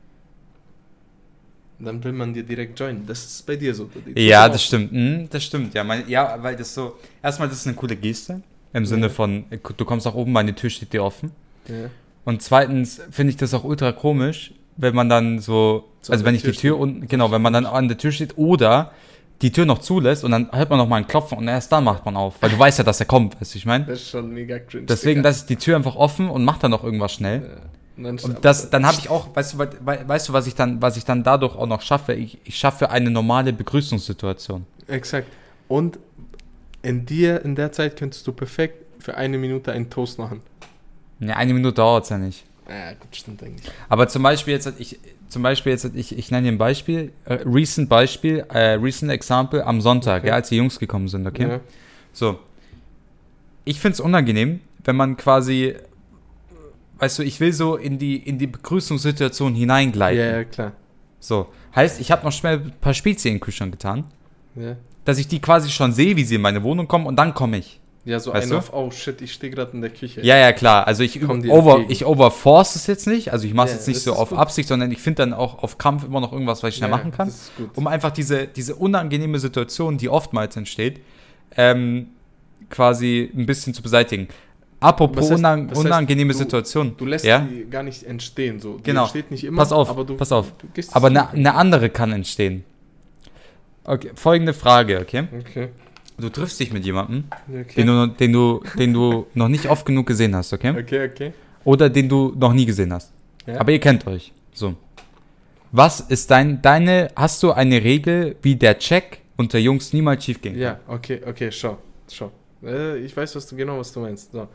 Und dann will man dir direkt joinen. Das ist bei dir so. Die Tür Ja, ist das offen. stimmt. Hm, das stimmt. Ja, mein, ja, weil das so. Erstmal, das ist eine coole Geste. Im Sinne Ja. von, du kommst nach oben, meine Tür steht dir offen. Ja. Und zweitens finde ich das auch ultra komisch, wenn man dann so. So also, an wenn der ich die Tür Tür unten. Genau, wenn man dann an der Tür steht oder die Tür noch zulässt und dann hört man noch mal einen Klopfen und erst dann macht man auf. Weil du weißt ja, dass er kommt, weißt du, ich meine? Das ist schon mega cringe. Deswegen Digga. lasse ich die Tür einfach offen und mach dann noch irgendwas schnell. Ja. Und, dann Und das, dann habe ich auch, weißt du, we- we- weißt du, was ich dann, was ich dann dadurch auch noch schaffe? Ich, ich schaffe eine normale Begrüßungssituation. Exakt. Und in dir, in der Zeit könntest du perfekt für eine Minute einen Toast machen. Ja, eine Minute dauert es ja nicht. Ja, gut, stimmt eigentlich. Aber zum Beispiel jetzt, ich, zum Beispiel jetzt, ich, ich nenne dir ein Beispiel, äh, recent Beispiel, äh, recent Example am Sonntag, Okay. ja, als die Jungs gekommen sind, okay? Ja. So. Ich finde es unangenehm, wenn man quasi, weißt du, ich will so in die, in die Begrüßungssituation hineingleiten. Ja, ja, klar. So. Heißt, ich habe noch schnell ein paar Spezien in den Kühlschrank getan, Ja, dass ich die quasi schon sehe, wie sie in meine Wohnung kommen und dann komme ich. ja so Weißt ein du? auf, oh shit, ich stehe gerade in der Küche. Ja, ja, klar. Also ich, Kommen die over, entgegen. ich overforce es jetzt nicht. Also ich mache es Ja, jetzt nicht das so ist auf gut. Absicht, sondern ich finde dann auch auf Krampf immer noch irgendwas, was ich schnell Ja, machen kann. Das ist gut. Um einfach diese, diese unangenehme Situation, die oftmals entsteht, ähm, quasi ein bisschen zu beseitigen. Apropos Was heißt- unan was heißt, unangenehme du- Situation. Du lässt ja? die gar nicht entstehen. So. Die Genau. entsteht nicht immer, Pass auf, aber du, pass auf. Du gehst Aber es eine zu. ne andere kann entstehen. Okay, folgende Frage, okay? Okay. Du triffst dich mit jemandem, Okay. den du, den du, den du noch nicht oft genug gesehen hast, okay? Okay, okay. Oder den du noch nie gesehen hast. Ja. Aber ihr kennt euch. So. Was ist dein, deine, hast du eine Regel, wie der Check unter Jungs niemals schief ging? Ja, okay, okay, schau, schau. Äh, ich weiß, was du genau, was du meinst. So.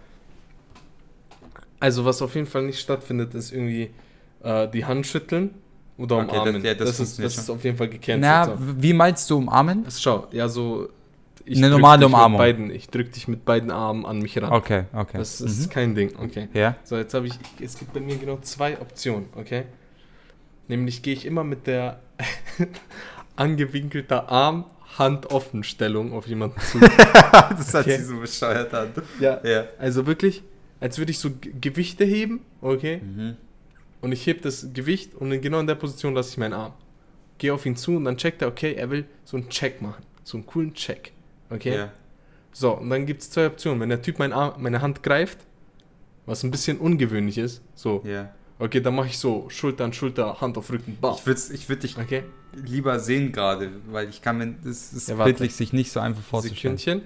Also, was auf jeden Fall nicht stattfindet, ist irgendwie äh, die Hand schütteln oder Okay, das- umarmen. ja, das das, ist, funktioniert das schon. ist auf jeden Fall gecancelt. Na, So. w- wie meinst du umarmen? Also, schau, ja, so. Ich Eine drück normale dich Umarmung. Mit beiden, ich drück dich mit beiden Armen an mich ran. Okay, okay. Das ist Mhm. kein Ding, okay. Ja. So, jetzt habe ich, es gibt bei mir genau zwei Optionen, okay? Nämlich gehe ich immer mit der angewinkelter Arm, Hand offen Stellung auf jemanden zu. Das Okay. so bescheuert an. Ja, Ja. also wirklich, als würde ich so G- Gewichte heben, okay? Mhm. Und ich hebe das Gewicht und in genau in der Position lasse ich meinen Arm. Gehe auf ihn zu und dann checkt er, okay, er will so einen Check machen. So einen coolen Check, okay? Ja. So, und dann gibt es zwei Optionen. Wenn der Typ mein Arm, meine Hand greift, was ein bisschen ungewöhnlich ist, so, Ja. okay, dann mache ich so Schulter an Schulter, Hand auf Rücken, bam. Ich würde ich würd dich Okay, lieber sehen gerade, weil ich kann mir, das ist Ja, warte. bildlich sich nicht so einfach vorzustellen. Sekündchen.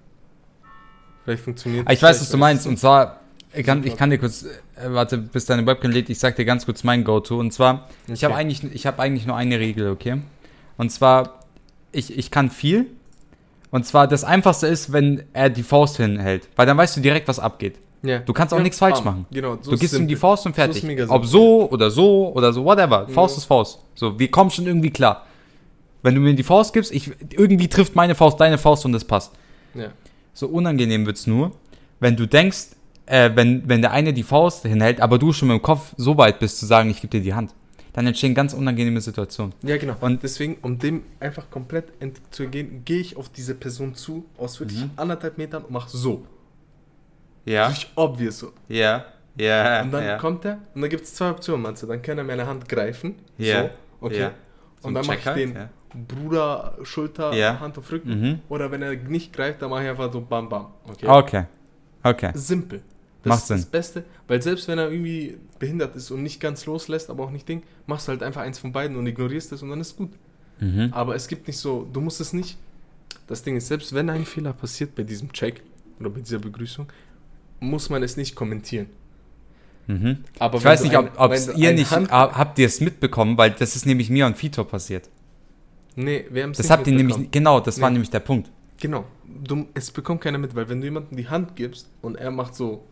Vielleicht funktioniert Ah, ich das, weiß, was du meinst. Und zwar, ich kann, Super. ich kann dir kurz, äh, warte, bis deine Webcam lädt, ich sag dir ganz kurz mein Go-To. Und zwar, ich habe Okay. eigentlich, ich hab eigentlich nur eine Regel, okay? Und zwar, ich, ich kann viel. Und zwar, das Einfachste ist, wenn er die Faust hinhält. Weil dann weißt du direkt, was abgeht. Ja. Du kannst auch Ja, nichts falsch bam. machen. Genau, so Du ist gibst ihm simpel. die Faust und So ist fertig. mega Ob simpel. so oder so oder so, whatever. Faust Ja. ist Faust. So, wir kommen schon irgendwie klar. Wenn du mir die Faust gibst, ich, irgendwie trifft meine Faust deine Faust und das passt. Ja. So unangenehm wird's nur, wenn du denkst, äh, wenn, wenn der eine die Faust hinhält, aber du schon mit dem Kopf so weit bist zu sagen, ich gebe dir die Hand. Dann entstehen ganz unangenehme Situationen. Ja, genau. Und- Und deswegen, um dem einfach komplett entgegenzugehen, gehe ich auf diese Person zu, aus wirklich Mhm. anderthalb Metern und mache so. Ja, Richtig obvious so. ja, ja, Und dann ja. kommt er und dann gibt es zwei Optionen, Matze. Dann kann er meine Hand greifen. Ja. So, okay. Ja. So Und ein dann mache Check ich halt, den ja. Bruder, Schulter, Ja. Hand auf Rücken. Mhm. Oder wenn er nicht greift, dann mache ich einfach so bam bam. Okay. Okay, okay. Simpel. Das Macht ist Sinn. das Beste, weil selbst wenn er irgendwie behindert ist und nicht ganz loslässt, aber auch nicht Ding, machst du halt einfach eins von beiden und ignorierst es und dann ist gut. Mhm. Aber es gibt nicht so, du musst es nicht. Das Ding ist, selbst wenn ein Fehler passiert bei diesem Check oder bei dieser Begrüßung, muss man es nicht kommentieren. Mhm. Aber Ich wenn weiß du nicht, ob, ein- ob's wenn du ihr ein nicht, Hand- hab- habt ihr es mitbekommen, weil das ist nämlich mir und Vitor passiert. Nee, wir haben es Das nicht habt ihr mitbekommen. nämlich, genau, das war Nee. nämlich der Punkt. Genau. Du, es bekommt keiner mit, weil wenn du jemandem die Hand gibst und er macht so,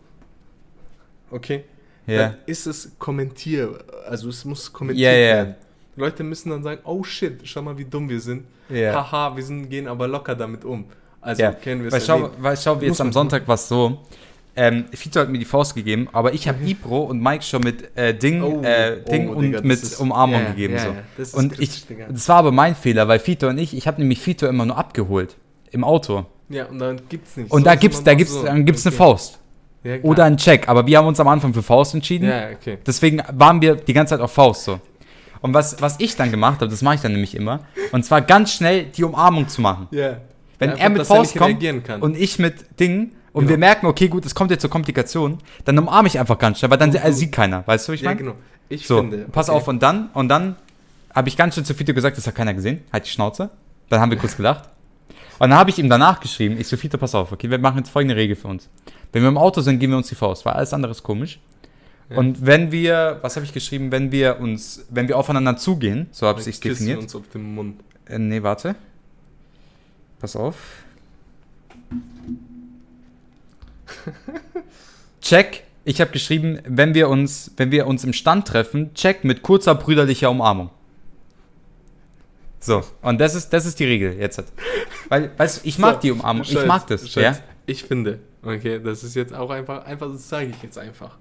okay, Ja. dann ist es kommentier, also es muss kommentiert Ja, ja. werden. Leute müssen dann sagen, oh shit, schau mal, wie dumm wir sind. Ja. Haha, wir sind, gehen aber locker damit um. Also Ja. kennen wir es Weil schau, erlebt. weil schau, wie Muss jetzt am man- Sonntag war es so. Ähm, Vito hat mir die Faust gegeben, aber ich habe Ibro und Mike schon mit äh, Ding, Oh, äh, Ding oh, und Digga, das mit ist- Umarmung ja, ja, gegeben. ja, so. ja, das ist Und kritisch, ich, Digga. das war aber mein Fehler, weil Vito und ich, ich habe nämlich Vito immer nur abgeholt im Auto. Ja, und dann gibt's nicht. Und So, da sondern gibt's, da mach gibt's, so. dann gibt's eine Okay. Faust Ja, klar. oder einen Check. Aber wir haben uns am Anfang für Faust entschieden. Ja, okay. Deswegen waren wir die ganze Zeit auf Faust so. Und was, was ich dann gemacht habe, das mache ich dann nämlich immer, und zwar ganz schnell die Umarmung zu machen. Ja. Wenn Ja, er mit dass er Faust nicht kommt reagieren kann. und ich mit Ding und Genau. wir merken, okay, gut, es kommt jetzt zur Komplikation, dann umarme ich einfach ganz schnell, weil dann Du- äh, du- sieht keiner, weißt du, wie ich ja, meine? genau. Ich So, finde. pass okay. auf, und dann, und dann habe ich ganz schnell zu Fito gesagt, das hat keiner gesehen, halt die Schnauze. Dann haben wir kurz gelacht. Und dann habe ich ihm danach geschrieben, ich so, Fito, pass auf, okay, wir machen jetzt folgende Regel für uns. Wenn wir im Auto sind, geben wir uns die Faust, weil alles andere ist komisch. Ja. Und wenn wir, was habe ich geschrieben, wenn wir uns, wenn wir aufeinander zugehen, so habe Wir ich es küssen definiert. uns auf den Mund. Äh, nee, warte. Pass auf. Check, Ich habe geschrieben, wenn wir uns, wenn wir uns im Stand treffen, check mit kurzer brüderlicher Umarmung. So, und das ist, das ist die Regel jetzt. Weil, weißt du, ich mag so, die Umarmung, Schatz, ich mag das. Schatz, ja? Ich finde, okay, das ist jetzt auch einfach, einfach, das sage ich jetzt einfach.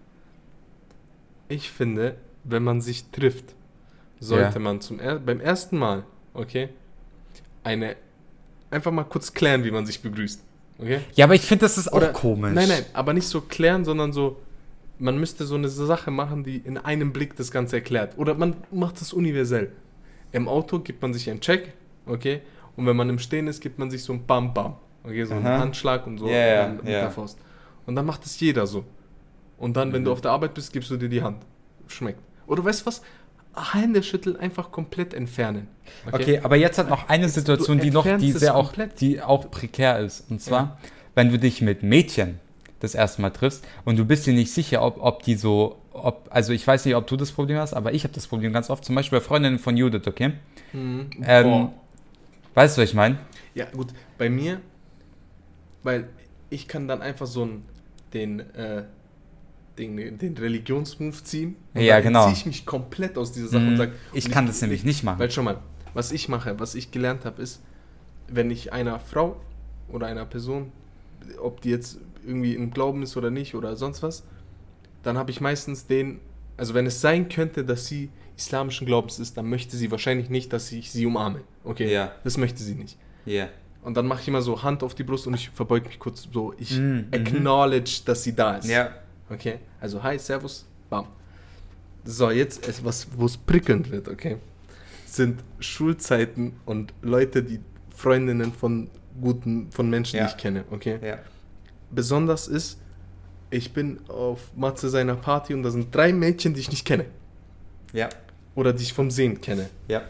Ich finde, wenn man sich trifft, sollte ja. man zum er- beim ersten Mal, okay, eine, einfach mal kurz klären, wie man sich begrüßt. Okay? Ja, aber ich finde, das ist Oder, auch komisch. Nein, nein, aber nicht so klären, sondern so, man müsste so eine Sache machen, die in einem Blick das Ganze erklärt. Oder man macht das universell. Im Auto gibt man sich einen Check, okay, und wenn man im Stehen ist, gibt man sich so ein Bam Bam, okay, so Aha. einen Handschlag und so yeah, yeah, mit yeah. der Faust. Und dann macht es jeder so. Und dann, mhm. wenn du auf der Arbeit bist, gibst du dir die Hand. Schmeckt. Oder weißt du was? Hände schütteln einfach komplett entfernen. Okay, okay, aber jetzt hat noch eine jetzt, Situation, die noch, die sehr auch, die auch prekär ist. Und zwar, ja. wenn du dich mit Mädchen das erste Mal triffst und du bist dir nicht sicher, ob, ob die so, ob, also ich weiß nicht, ob du das Problem hast, aber ich habe das Problem ganz oft, zum Beispiel bei Freundinnen von Judith, okay? Mhm. Ähm, weißt du, was ich meine? Ja, gut, bei mir, weil ich kann dann einfach so einen, den, äh, den, den Religionsmove ziehen. Und ja, dann genau. ziehe ich mich komplett aus dieser Sache mhm. und sage... Ich und kann ich, das nämlich nicht machen. Weil schon mal, was ich mache, was ich gelernt habe, ist, wenn ich einer Frau oder einer Person, ob die jetzt irgendwie im Glauben ist oder nicht oder sonst was, dann habe ich meistens den, also wenn es sein könnte, dass sie islamischen Glaubens ist, dann möchte sie wahrscheinlich nicht, dass ich sie umarme. Okay, ja. das möchte sie nicht. Ja. Und dann mache ich immer so Hand auf die Brust und ich verbeuge mich kurz so, ich mm, acknowledge, dass sie da ist. Ja. Okay, also hi, servus, bam. So, jetzt, was, wo es prickelnd wird, okay, sind Schulzeiten und Leute, die Freundinnen von guten, von Menschen, ja. die ich kenne, okay. Ja. Besonders ist, ich bin auf Matze seiner Party und da sind drei Mädchen, die ich nicht kenne. Ja. Oder die ich vom Sehen kenne. Ja.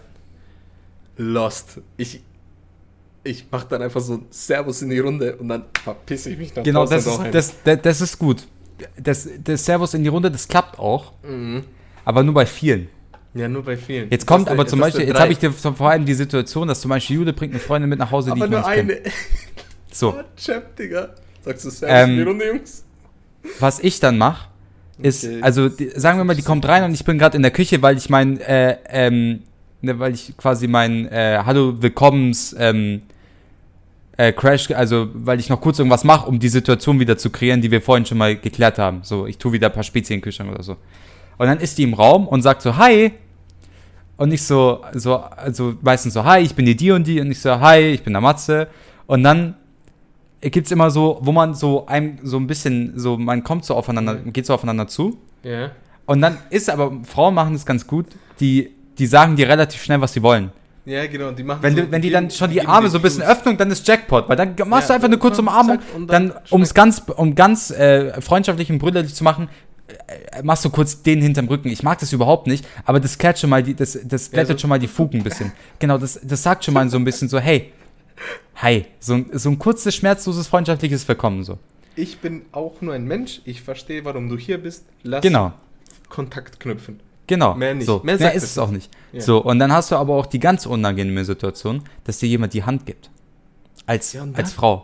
Lost. Ich, ich mach dann einfach so Servus in die Runde und dann verpisse ich mich nach Genau, das ist, das, das, das ist gut. Das, das Servus in die Runde, das klappt auch. Mhm. Aber nur bei vielen. Ja, nur bei vielen. Jetzt kommt das aber der, zum Beispiel, jetzt habe ich dir vor allem die Situation, dass zum Beispiel Jude bringt eine Freundin mit nach Hause, die aber ich nur nicht kenne. eine. So. Oh, Chap, Digga. Sagst du Servus ähm, in die Runde, Jungs? Was ich dann mache, ist, Okay. also die, sagen wir mal, die kommt rein und ich bin gerade in der Küche, weil ich mein, äh, ähm, ne, weil ich quasi mein äh, Hallo, Willkommens, ähm, äh, Crash, also weil ich noch kurz irgendwas mache, um die Situation wieder zu kreieren, die wir vorhin schon mal geklärt haben. So, ich tue wieder ein paar Spezien in den Kühlschrank oder so. Und dann ist die im Raum und sagt so, hi. Und ich so, so, also meistens so, hi, ich bin die die und die. Und ich so, hi, ich bin der Matze. Und dann gibt's immer so, wo man so einem so ein bisschen, so, man kommt so aufeinander, geht so aufeinander zu. Ja. Yeah. Und dann ist aber, Frauen machen das ganz gut, die, die sagen dir relativ schnell, was sie wollen. Ja, genau, die machen Wenn, so, du, wenn die geben, dann schon die Arme so ein bisschen öffnen, dann ist Jackpot, weil dann machst ja, du einfach eine kurze Umarmung, dann, dann um es ganz, um ganz äh, freundschaftlich und brüderlich zu machen, äh, machst du kurz den hinterm Rücken. Ich mag das überhaupt nicht, aber das klärt schon mal die, das, das glättet ja, so schon mal die Fugen ein bisschen. Genau, das, das sagt schon mal so ein bisschen so, hey, hi, so, so ein kurzes, schmerzloses, freundschaftliches Willkommen so. Ich bin auch nur ein Mensch, ich verstehe, warum du hier bist, lass genau. Kontakt knüpfen. Genau, mehr nicht. So. Mehr, mehr ist es auch nicht. Ja. So, und dann hast du aber auch die ganz unangenehme Situation, dass dir jemand die Hand gibt. Als, ja, als Frau.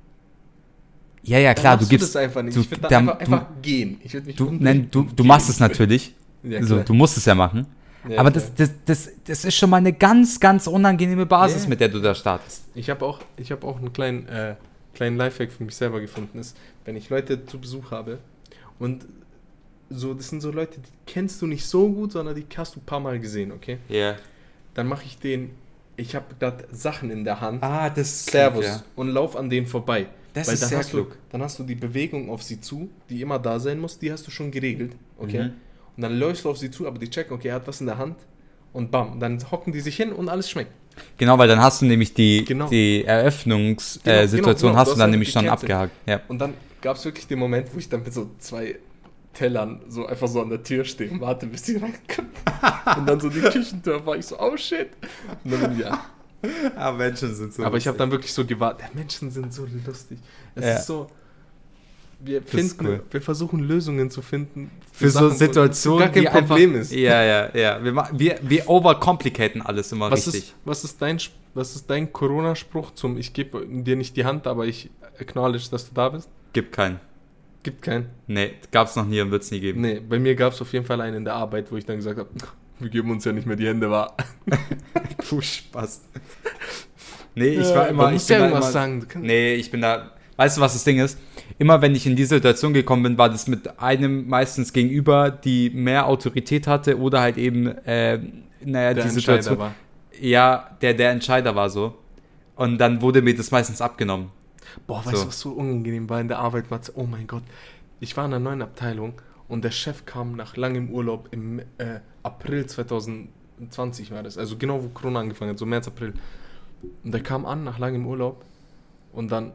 Ja, ja, klar, du gibst. Du das einfach nicht. Du, ich würde einfach, einfach du, gehen. Ich würde mich du, nein, du, du machst es natürlich. Ja, so, du musst es ja machen. Ja, aber das, das, das, das ist schon mal eine ganz, ganz unangenehme Basis, yeah. mit der du da startest. Ich habe auch, ich hab auch einen kleinen, äh, kleinen Lifehack für mich selber gefunden. Ist, wenn ich Leute zu Besuch habe und so, das sind so Leute, die kennst du nicht so gut, sondern die hast du ein paar Mal gesehen, okay? Ja. Yeah. Dann mache ich den, ich habe gerade Sachen in der Hand. Ah, das ist Servus. Klug, ja. Und lauf an denen vorbei. Das Weil ist dann sehr hast klug. Du, dann hast du die Bewegung auf sie zu, die immer da sein muss, die hast du schon geregelt, okay? Mhm. Und dann läufst du auf sie zu, aber die checken, okay, er hat was in der Hand und bam, dann hocken die sich hin und alles schmeckt. Genau, weil dann hast du nämlich die, genau. die Eröffnungssituation, genau, äh, genau, genau. hast du dann nämlich schon Kette. abgehakt. Ja. Und dann gab es wirklich den Moment, wo ich dann mit so zwei Tellern so einfach so an der Tür stehe und warte, bis die reinkommen. Und dann so die Küchentür war ich so, oh shit. Und dann ja. Aber Menschen sind so Aber lustig. Ich habe dann wirklich so gewartet, ja, Menschen sind so lustig. Es ja. ist so, wir finden, cool. wir versuchen Lösungen zu finden. Für, für so Sachen, Situationen, gar kein die Problem einfach, ist. Ja, ja, ja. Wir, wir, wir overcomplicaten alles immer was richtig. Ist, was ist dein, was ist dein Corona-Spruch zum, ich gebe dir nicht die Hand, aber ich acknowledge, dass du da bist? Gib keinen. Gibt keinen? Nee, gab's noch nie und wird's nie geben. Nee, bei mir gab es auf jeden Fall einen in der Arbeit, wo ich dann gesagt habe, wir geben uns ja nicht mehr die Hände wahr. Du Spaß. Nee, ich Ja, war immer... du ich musst bin ja da irgendwas immer, sagen. Du kannst- Nee, ich bin da... Weißt du, was das Ding ist? Immer wenn ich in diese Situation gekommen bin, war das mit einem meistens gegenüber, die mehr Autorität hatte oder halt eben, äh, naja, Der die Entscheider Situation... war. Ja, der der Entscheider war so. Und dann wurde mir das meistens abgenommen. Boah, weißt So. du, was so unangenehm war in der Arbeit, Matze? Oh mein Gott. Ich war in einer neuen Abteilung und der Chef kam nach langem Urlaub im äh, April zwanzig zwanzig war das. Also genau, wo Corona angefangen hat, so März, April. Und der kam an nach langem Urlaub und dann,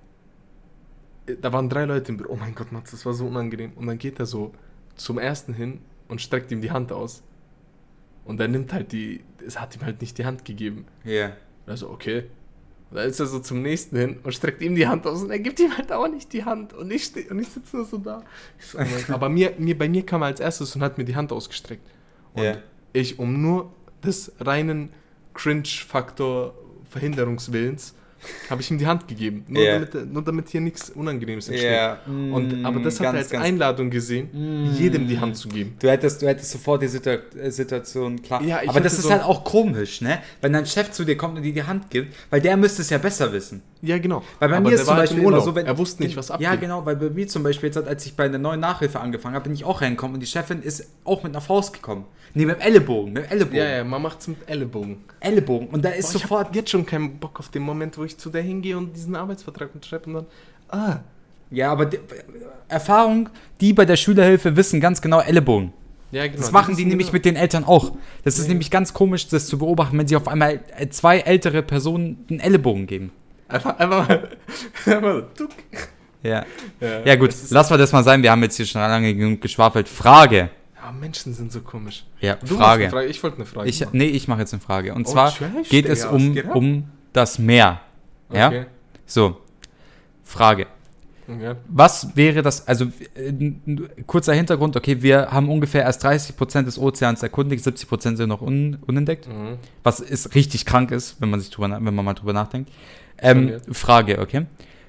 äh, da waren drei Leute im Büro. Oh mein Gott, Matze, das war so unangenehm. Und dann geht er so zum ersten hin und streckt ihm die Hand aus. Und er nimmt halt die, es hat ihm halt nicht die Hand gegeben. Ja. Yeah. Also, okay. Und dann ist er so zum nächsten hin und streckt ihm die Hand aus und er gibt ihm halt auch nicht die Hand. Und ich, steh, und ich sitze nur so da. Ich so, oh mein Gott. Aber mir, mir, bei mir kam er als erstes und hat mir die Hand ausgestreckt. Und Ja. ich, um nur des reinen Cringe-Faktor Verhinderungswillens, habe ich ihm die Hand gegeben. Nur, Ja. damit, nur damit hier nichts Unangenehmes entsteht. Ja. Und, aber das hat er Ganz, als ganz- Einladung gesehen, Mm. jedem die Hand zu geben. Du hättest, du hättest sofort die Situa äh, Situation klar. Ja, ich aber das hätte ist so- halt auch komisch, ne? Wenn dein Chef zu dir kommt und dir die Hand gibt, weil der müsste es ja besser wissen. Ja, genau. Weil bei aber mir der ist war zum halt Beispiel im Urlaub. immer so, wenn er wusste nicht, was abgeht. Ja, genau, weil bei mir zum Beispiel jetzt, als ich bei der neuen Nachhilfe angefangen habe, bin ich auch reingekommen und die Chefin ist auch mit einer Faust gekommen. Nee, mit dem Ellenbogen, mit dem Ellenbogen. Ja, ja, man macht's mit Ellenbogen. Ellenbogen. Und da ist Boah, ich sofort... hab jetzt schon keinen Bock auf den Moment, wo ich zu der hingehe und diesen Arbeitsvertrag unterschreibe und dann, ah, Ja, aber die, Erfahrung, die bei der Schülerhilfe wissen ganz genau Ellenbogen. ja genau. Das machen die wissen nämlich genau. mit den Eltern auch. Das ist Ja. nämlich ganz komisch, das zu beobachten, wenn sie auf einmal äh, zwei ältere Personen einen Ellenbogen geben. Einfach, einfach mal, einfach mal, tuck. Ja. Ja, Ja gut, das ist- lass mal das mal sein. Wir haben jetzt hier schon lange genug geschwafelt. Frage. Ja, Menschen sind so komisch. Ja, Du machst eine Frage. Frage. Ich wollte eine Frage Ich, machen. nee, ich mache jetzt eine Frage. Und Oh, zwar Trash, geht Digga, es was um, geht ab? um das Meer. Ja? Okay. So. Frage. Okay. Was wäre das, also äh, n- n- kurzer Hintergrund, okay, wir haben ungefähr erst dreißig Prozent des Ozeans erkundigt, siebzig Prozent sind noch un, unentdeckt, Mhm. was ist richtig krank ist, wenn man sich drüber, na- wenn man mal drüber nachdenkt. Ähm, Schon, Frage, okay.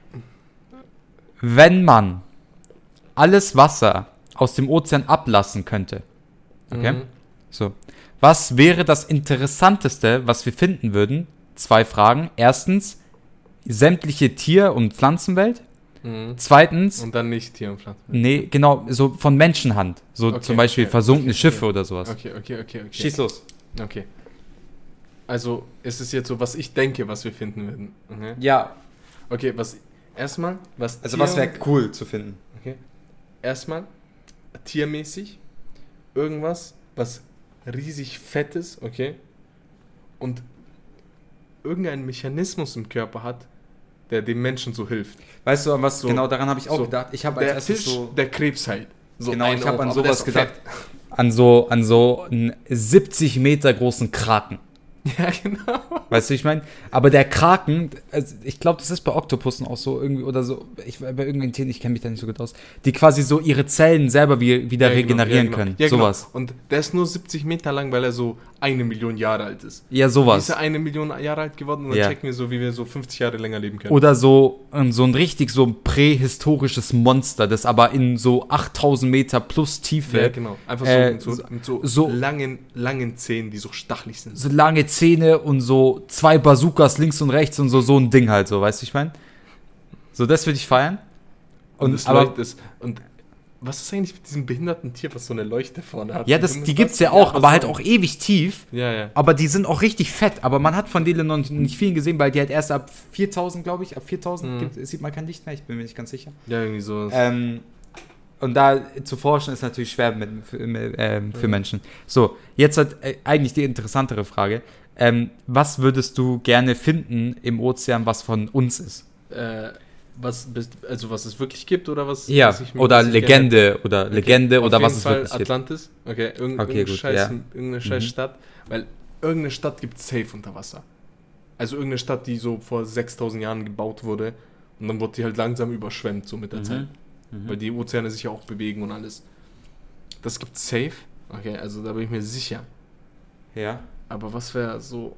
Wenn man alles Wasser aus dem Ozean ablassen könnte, okay, Mhm. so, was wäre das Interessanteste, was wir finden würden? Zwei Fragen. Erstens, sämtliche Tier- und Pflanzenwelt. Mhm. Zweitens, Und dann nicht Tier und Pflanzen. nee, genau, so von Menschenhand. So Okay, zum Beispiel okay, versunkene okay, Schiffe okay. oder sowas. Okay, okay, okay, okay. Schieß los. Okay. Also, es ist jetzt so, was ich denke, was wir finden würden. Okay, Ja, okay was, erstmal, was also Tier was wäre und- cool zu finden? Okay. Erstmal tiermäßig irgendwas, was riesig fett ist, okay? Und irgendeinen Mechanismus im Körper hat, der dem Menschen so hilft. Weißt du, an was So, genau daran habe ich auch so. gedacht. Ich habe als Der erstes Fisch, so der Krebs heilt. So genau, einen ich habe auf, an aber der sowas ist gedacht. fett. An so an so einen siebzig Meter großen Kraken. Ja, genau. Weißt du, ich meine, aber der Kraken, also ich glaube, das ist bei Oktopussen auch so irgendwie oder so, ich bei irgendwelchen Tieren, ich kenne mich da nicht so gut aus, die quasi so ihre Zellen selber wie, wieder Ja, genau, regenerieren ja, genau. können. Ja, Sowas. Genau. Und der ist nur siebzig Meter lang, weil er so eine Million Jahre alt ist. Ja, Wie sowas. ist er eine Million Jahre alt geworden und dann Ja. checken wir so, wie wir so fünfzig Jahre länger leben können. Oder so, ähm, so ein richtig so ein prähistorisches Monster, das aber in so achttausend Meter plus Tiefe, Ja, genau. Einfach Äh, so, mit so, mit so, so- langen, langen Zähnen, die so stachelig sind. so lange Zähne und so zwei Bazookas links und rechts und so, so ein Ding halt so, weißt du, ich meine? So, das würde ich feiern. Und, Und, das aber, leuchtet. Das, und was ist eigentlich mit diesem behinderten Tier, was so eine Leuchte vorne hat? ja, Wie das, dumm die ist gibt's das? ja auch, aber was halt soll- auch ewig tief. Ja, ja. Aber die sind auch richtig fett. Aber man hat von denen noch nicht viel gesehen, weil die halt erst ab viertausend, glaube ich, ab viertausend Mhm. gibt, sieht man kein Licht mehr. Ich bin mir nicht ganz sicher. Ja, irgendwie so. Ähm, und da zu forschen ist natürlich schwer mit, für, ähm, für Ja. Menschen. So, jetzt hat äh, eigentlich die interessantere Frage. Ähm, was würdest du gerne finden im Ozean, was von uns ist? Äh, was, bist, also was es wirklich gibt oder was? Ja, was ich mir- oder was ich Legende oder gerne- Legende Auf oder was jeden es Fall wirklich gibt. Atlantis. Okay, irgend, Okay, irgendeine, gut, scheiß, ja. irgendeine scheiß Mhm. Stadt. Weil irgendeine Stadt gibt es safe unter Wasser. Also irgendeine Stadt, die so vor sechstausend Jahren gebaut wurde. Und dann wurde die halt langsam überschwemmt, so mit der Mhm. Zeit. Mhm. Weil die Ozeane sich ja auch bewegen und alles. Das gibt's safe. Okay, also da bin ich mir sicher. Ja. Aber was wäre so.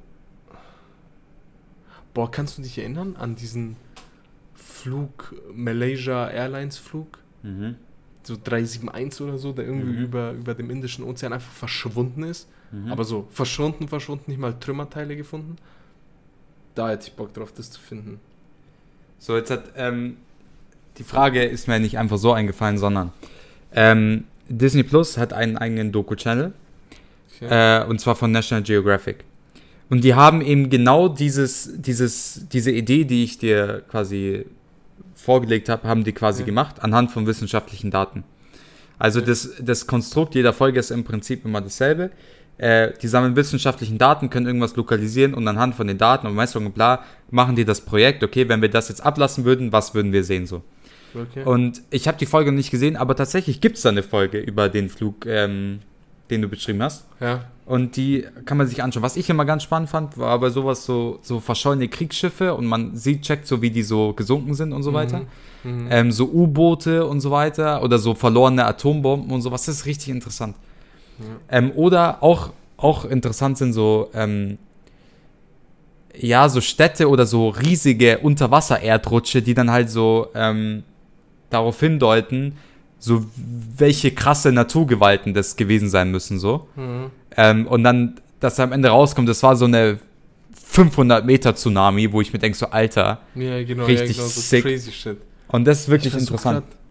Boah, kannst du dich erinnern an diesen Flug, Malaysia Airlines Flug, Mhm. So drei sieben eins oder so, der irgendwie Mhm. über, über dem Indischen Ozean einfach verschwunden ist. Mhm. Aber so verschwunden, verschwunden, nicht mal Trümmerteile gefunden. Da hätte ich Bock drauf, das zu finden. So, jetzt hat, ähm, die Frage ist mir nicht einfach so eingefallen, sondern ähm, Disney Plus hat einen eigenen Doku-Channel, Okay. äh, und zwar von National Geographic. Und die haben eben genau dieses, dieses, diese Idee, die ich dir quasi vorgelegt habe, haben die quasi Ja. gemacht, anhand von wissenschaftlichen Daten. Also Ja. das, das Konstrukt jeder Folge ist im Prinzip immer dasselbe. Äh, die sammeln wissenschaftlichen Daten, können irgendwas lokalisieren und anhand von den Daten und Messungen und bla, machen die das Projekt, okay, wenn wir das jetzt ablassen würden, was würden wir sehen so. Okay. Und ich habe die Folge noch nicht gesehen, aber tatsächlich gibt es da eine Folge über den Flug, ähm, den du beschrieben hast. Ja. Und die kann man sich anschauen. Was ich immer ganz spannend fand, war aber sowas so, so verschollene Kriegsschiffe und man sieht, checkt so, wie die so gesunken sind und so weiter. Mhm. Ähm, so U-Boote und so weiter oder so verlorene Atombomben und sowas. Das ist richtig interessant. Ja. Ähm, oder auch, auch interessant sind so, ähm, ja, so Städte oder so riesige Unterwasser-Erdrutsche, die dann halt so ähm, darauf hindeuten, so welche krasse Naturgewalten das gewesen sein müssen, so. Mhm. Ähm, und dann, dass am Ende rauskommt, das war so eine fünfhundert Meter Tsunami, wo ich mir denke, so Alter. Ja, genau, Richtig ja, genau, so sick. crazy shit. Und das ist wirklich Ich versuch interessant. grad-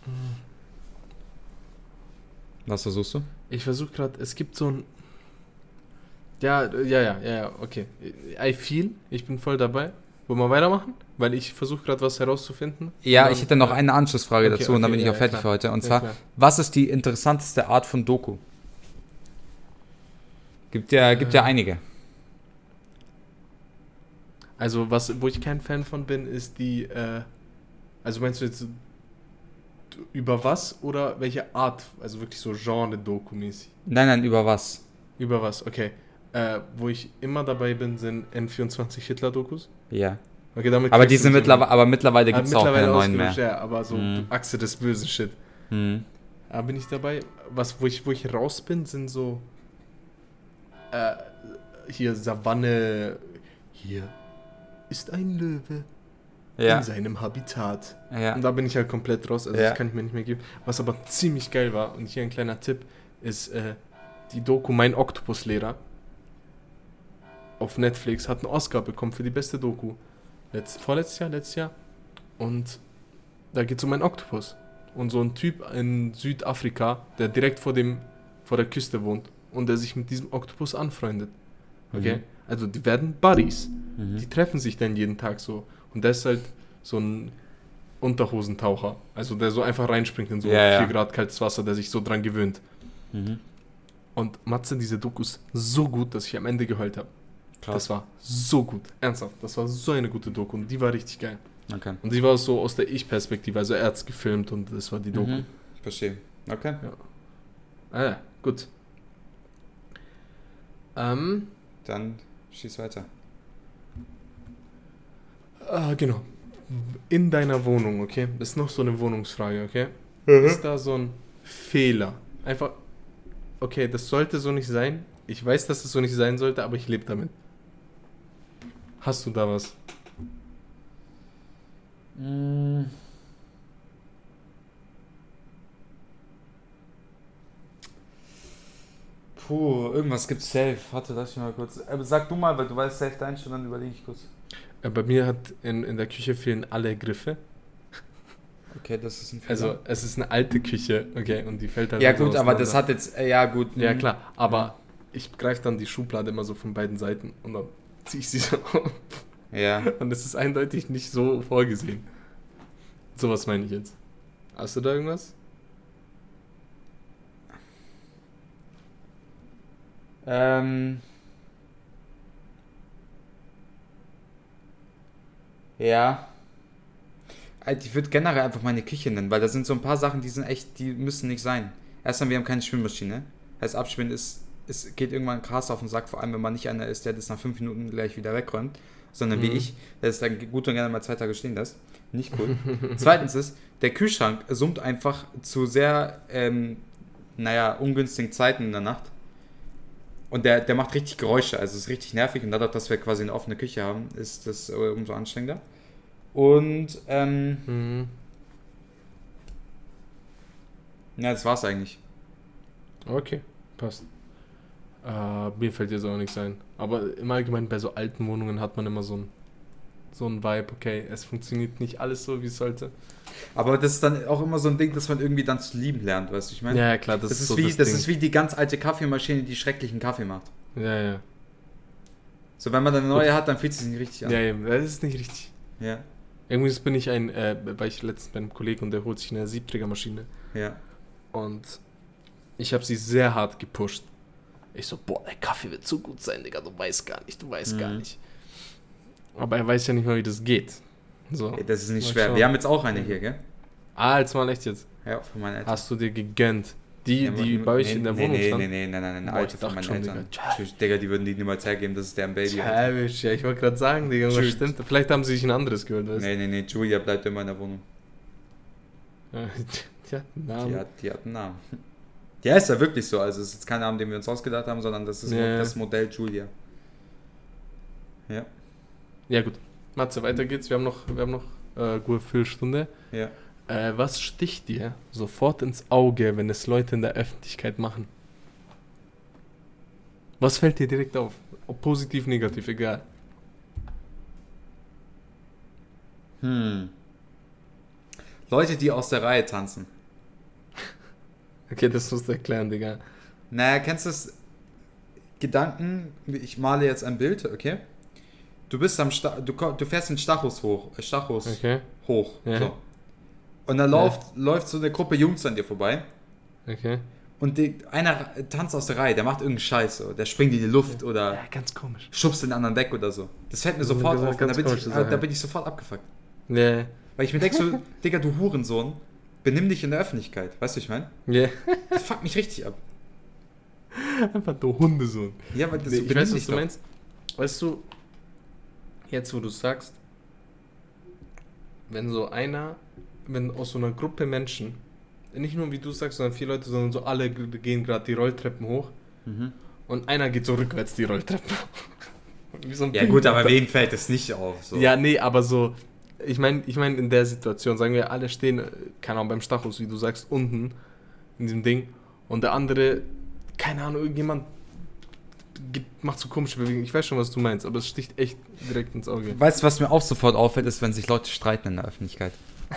Was versuchst du? Ich versuche gerade, es gibt so ein. Ja, ja, ja, ja, ja, okay. I feel, ich bin voll dabei. Wollen wir weitermachen? Weil ich versuche gerade was herauszufinden. Ja, Und ich dann- hätte noch ja. eine Anschlussfrage Okay, dazu und dann okay, bin ich ja, auch fertig klar. für heute. Und Ja, zwar, klar. was ist die interessanteste Art von Doku? Gibt ja, gibt ja Äh. einige. Also, was, wo ich kein Fan von bin, ist die. Äh, also, meinst du jetzt über was oder welche Art? Also, wirklich so Genre-Doku-mäßig. Nein, nein, über was? Über was? Okay. Äh, wo ich immer dabei bin, sind N vierundzwanzig Hitler-Dokus. Ja. Okay, damit Aber die kriegst du sind so- mittlerweile, aber mittlerweile Ah, gibt es auch keine neuen mehr. ausgelutscht, ja, aber so Mhm. Achse des bösen Shit. Hm. Da bin ich dabei. Was, wo ich, wo ich raus bin, sind so äh, hier Savanne. Hier ist ein Löwe Ja. in seinem Habitat. Ja. Und da bin ich halt komplett raus. Also Ja. das kann ich mir nicht mehr geben. Was aber ziemlich geil war, und hier ein kleiner Tipp, ist äh, die Doku Mein Oktopuslehrer auf Netflix. Hat einen Oscar bekommen für die beste Doku. Letzt, vorletztes Jahr, letztes Jahr. Und da geht es um einen Oktopus. Und so ein Typ in Südafrika, der direkt vor, dem, vor der Küste wohnt und der sich mit diesem Oktopus anfreundet. Okay? Mhm. Also die werden Buddies. Mhm. Die treffen sich dann jeden Tag so. Und der ist halt so ein Unterhosentaucher. Also der so einfach reinspringt in so Ja, ja. vier Grad kaltes Wasser, der sich so dran gewöhnt. Mhm. Und Matze, diese Doku ist so gut, dass ich am Ende geheult habe. Krass. Das war so gut. Ernsthaft. Das war so eine gute Doku. Und die war richtig geil. Okay. Und sie war so aus der Ich-Perspektive. Also er hat es gefilmt und das war die Doku. Mhm. Verstehe. Okay. Ah ja, gut. Ähm, Dann schieß weiter. ah, genau. In deiner Wohnung, okay? Das ist noch so eine Wohnungsfrage, okay? Mhm. Ist da so ein Fehler? Einfach, okay, das sollte so nicht sein. Ich weiß, dass es so nicht sein sollte, aber ich lebe damit. Hast du da was? Mm. Puh, irgendwas gibt's safe. Warte, lass mich mal kurz. Aber sag du mal, weil du weißt safe dein schon, dann überlege ich kurz. Äh, Bei mir hat in, in der Küche fehlen alle Griffe. Okay, das ist ein Fehler. Also es ist eine alte Küche, okay, und die fällt dann ja so gut, aber das auseinander. hat jetzt, äh, ja gut. Ja mhm. klar, aber ich greife dann die Schublade immer so von beiden Seiten und dann ziehe ich sie so auf. Ja. Und es ist eindeutig nicht so vorgesehen. Sowas meine ich jetzt. Hast du da irgendwas? Ähm. Ja. Alter, ich würde generell einfach meine Küche nennen, weil da sind so ein paar Sachen, die sind echt, die müssen nicht sein. Erstmal, wir haben keine Schwimmmaschine. Das Abschwimmen ist, es geht irgendwann krass auf den Sack, vor allem wenn man nicht einer ist, der das nach fünf Minuten gleich wieder wegräumt, sondern wie Mhm. ich, der es dann gut und gerne mal zwei Tage stehen lässt. Nicht cool. Zweitens ist, der Kühlschrank summt einfach zu sehr, ähm, naja, ungünstigen Zeiten in der Nacht. Und der, der macht richtig Geräusche, also es ist richtig nervig. Und dadurch, dass wir quasi eine offene Küche haben, ist das äh, umso anstrengender. Und, ähm, Mhm. Ja, das war's eigentlich. Okay, passt. Äh, mir fällt jetzt auch nichts ein. Aber im Allgemeinen bei so alten Wohnungen hat man immer so ein so ein Vibe, okay, es funktioniert nicht alles so, wie es sollte. Aber das ist dann auch immer so ein Ding, dass man irgendwie dann zu lieben lernt, weißt du, ich meine? Ja, ja, klar, das, Das, ist ist so wie, das, das Ding. ist wie die ganz alte Kaffeemaschine, die schrecklichen Kaffee macht. Ja, ja. So, wenn man dann eine neue hat, dann fühlt es sich nicht richtig an. Ja, ja, das ist nicht richtig. Ja. Irgendwie bin ich ein, äh, war ich letztens bei einem Kollegen und der holt sich eine Siebträgermaschine. Ja. Und ich habe sie sehr hart gepusht. Ich so, boah, der Kaffee wird so gut sein, Digga, du weißt gar nicht, du weißt Mhm. gar nicht. Aber er weiß ja nicht mal, wie das geht. So. Ey, das ist nicht Mal schwer. schauen. Wir haben jetzt auch eine hier, gell? Ah, als mal echt jetzt. Ja, von meinen Eltern. Hast du dir gegönnt? Die, Ja, die aber- bei euch nee, in der nee, Wohnung nee, stand? Nee, nee, nein, nein, eine Boah, alte ich von dachte meinen schon, Eltern. Digga. Tschüss, Digga, die würden die niemals hergeben, das ist deren Baby. Alter. Childish, ja, ich wollte gerade sagen, Digga, was Tschüss. stimmt? Vielleicht haben sie sich ein anderes geholt, weißt du? Nee, nee, nee, Julia bleibt immer in der Wohnung. Ja, die hat einen Namen. Die hat, die hat einen Namen. Ja, ist ja wirklich so. Also es ist jetzt kein Name, den wir uns ausgedacht haben, sondern das ist Ja, ja. das Modell Julia. Ja. Ja, gut. Matze, weiter geht's. Wir haben noch, wir haben noch äh, gute Viertelstunde. Ja. Äh, was sticht dir sofort ins Auge, wenn es Leute in der Öffentlichkeit machen? Was fällt dir direkt auf? Ob positiv, negativ, egal. Hm. Leute, die aus der Reihe tanzen. Okay, das musst du erklären, Digga. Naja, kennst du das Gedanken? Ich male jetzt ein Bild, okay? Du bist am Sta du, ko- du fährst den Stachus hoch, äh, Stachus Okay, hoch. Ja. So. Und dann läuft, läuft so eine Gruppe Jungs an dir vorbei. okay. Und die, einer tanzt aus der Reihe, der macht irgendeinen Scheiß, so. Der springt in die Luft oder Ja, ganz komisch. schubst den anderen weg oder so. Das fällt mir Das ist sofort eine auf und da ganz bin, ich, komische äh, Sache. da bin ich sofort abgefuckt. Ja, Weil ich mir denke so, Digga, du Hurensohn, benimm dich in der Öffentlichkeit. Weißt du, ich meine? ja. Das fuckt mich richtig ab. Einfach du Hundesohn. Ja, weil das Nee, so ich benimm weiß, was dich du doch. meinst. Weißt du, jetzt wo du sagst, wenn so einer, wenn aus so einer Gruppe Menschen, nicht nur wie du sagst, sondern vier Leute, sondern so alle g- gehen gerade die Rolltreppen hoch Mhm. und einer geht so rückwärts die Rolltreppen hoch. Wie so ein Ja gut, aber Behinderter. wem fällt es nicht auf? So. Ja, nee, aber so, ich meine, ich mein, in der Situation, sagen wir, alle stehen, äh, keine Ahnung, beim Stachus, wie du sagst, unten in diesem Ding und der andere, keine Ahnung, irgendjemand gibt, macht so komische Bewegungen. Ich weiß schon, was du meinst, aber es sticht echt direkt ins Auge. Weißt du, was mir auch sofort auffällt, ist, wenn sich Leute streiten in der Öffentlichkeit.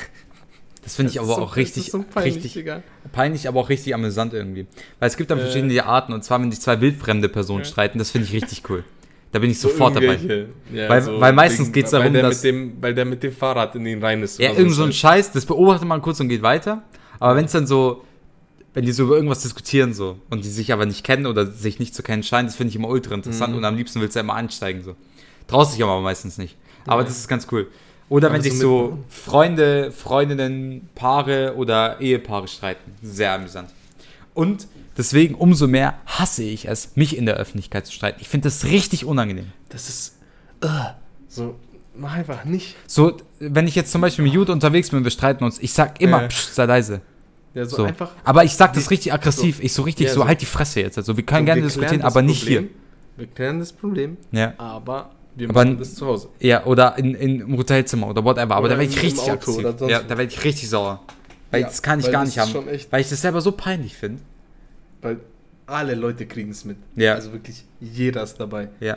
Das finde ich Das aber ist so- auch richtig, das ist so peinlich, richtig Digga. peinlich, aber auch richtig amüsant irgendwie. Weil es gibt dann Äh. verschiedene Arten, und zwar, wenn sich zwei wildfremde Personen Ja. streiten, das finde ich richtig cool. Da bin ich So sofort dabei. irgendwelche- Ja, Weil- so weil meistens wegen- geht's weil darum, der dass- Mit dem, weil der mit dem Fahrrad in ihn rein ist. Ja, oder irgend so ein Scheiß. Scheiß, das beobachtet man kurz und geht weiter. Aber wenn es dann so, wenn die so über irgendwas diskutieren so und die sich aber nicht kennen oder sich nicht zu kennen scheinen, das finde ich immer ultra interessant Mhm. und am liebsten willst du ja immer ansteigen so. Traust dich aber meistens nicht. Aber Ja. das ist ganz cool. Oder Aber wenn so sich so mitmachen. Freunde, Freundinnen, Paare oder Ehepaare streiten. Sehr amüsant. Und deswegen umso mehr hasse ich es, mich in der Öffentlichkeit zu streiten. Ich finde das richtig unangenehm. Das ist. Uh, so, mach einfach nicht. So, wenn ich jetzt zum Beispiel mit Jude unterwegs bin und wir streiten uns, ich sag immer, Äh. psst, sei leise. Ja, so, So. einfach. Aber ich sag das Die- richtig aggressiv. Ich so richtig Ja, so, so. halt die Fresse jetzt. Also wir können so, gerne wir diskutieren, klären das aber nicht Problem. hier. Wir klären das Problem, Ja. aber wir Aber machen n- das zu Hause. Ja, oder in, in, im Hotelzimmer oder whatever. Aber Oder da werde ich im- im richtig Auto aggressiv. oder sonst Ja, wo. da werde ich richtig sauer. Weil Ja, das kann ich weil gar das nicht ist haben. schon echt- Weil ich das selber so peinlich finde. Weil alle Leute kriegen es mit. Ja. Also wirklich jeder ist dabei. Ja.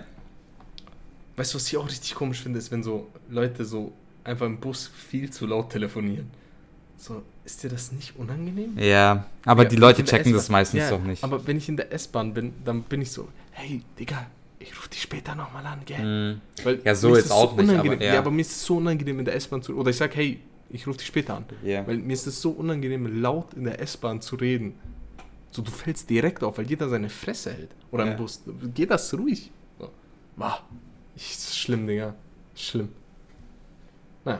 Weißt du, was ich auch richtig komisch finde, ist, wenn so Leute so einfach im Bus viel zu laut telefonieren. So, ist dir das nicht unangenehm? Ja, aber Ja, die wenn Leute ich in der checken das S-Bahn- meistens ja, doch nicht. Aber wenn ich in der S-Bahn bin, dann bin ich so, hey, Digga, ich rufe dich später nochmal an, gell? Mhm. Weil Ja, so mir jetzt ist es auch nicht, unangenehm. aber ja. ja, aber mir ist es so unangenehm in der S-Bahn zu, oder ich sag, hey, ich rufe dich später an. Ja. Weil mir ist es so unangenehm, laut in der S-Bahn zu reden. So, du fällst direkt auf, weil jeder seine Fresse hält. Oder Ja. im Bus. Geh das ruhig. So. Bah. Ich, das ist schlimm, Digga. Schlimm. Naja.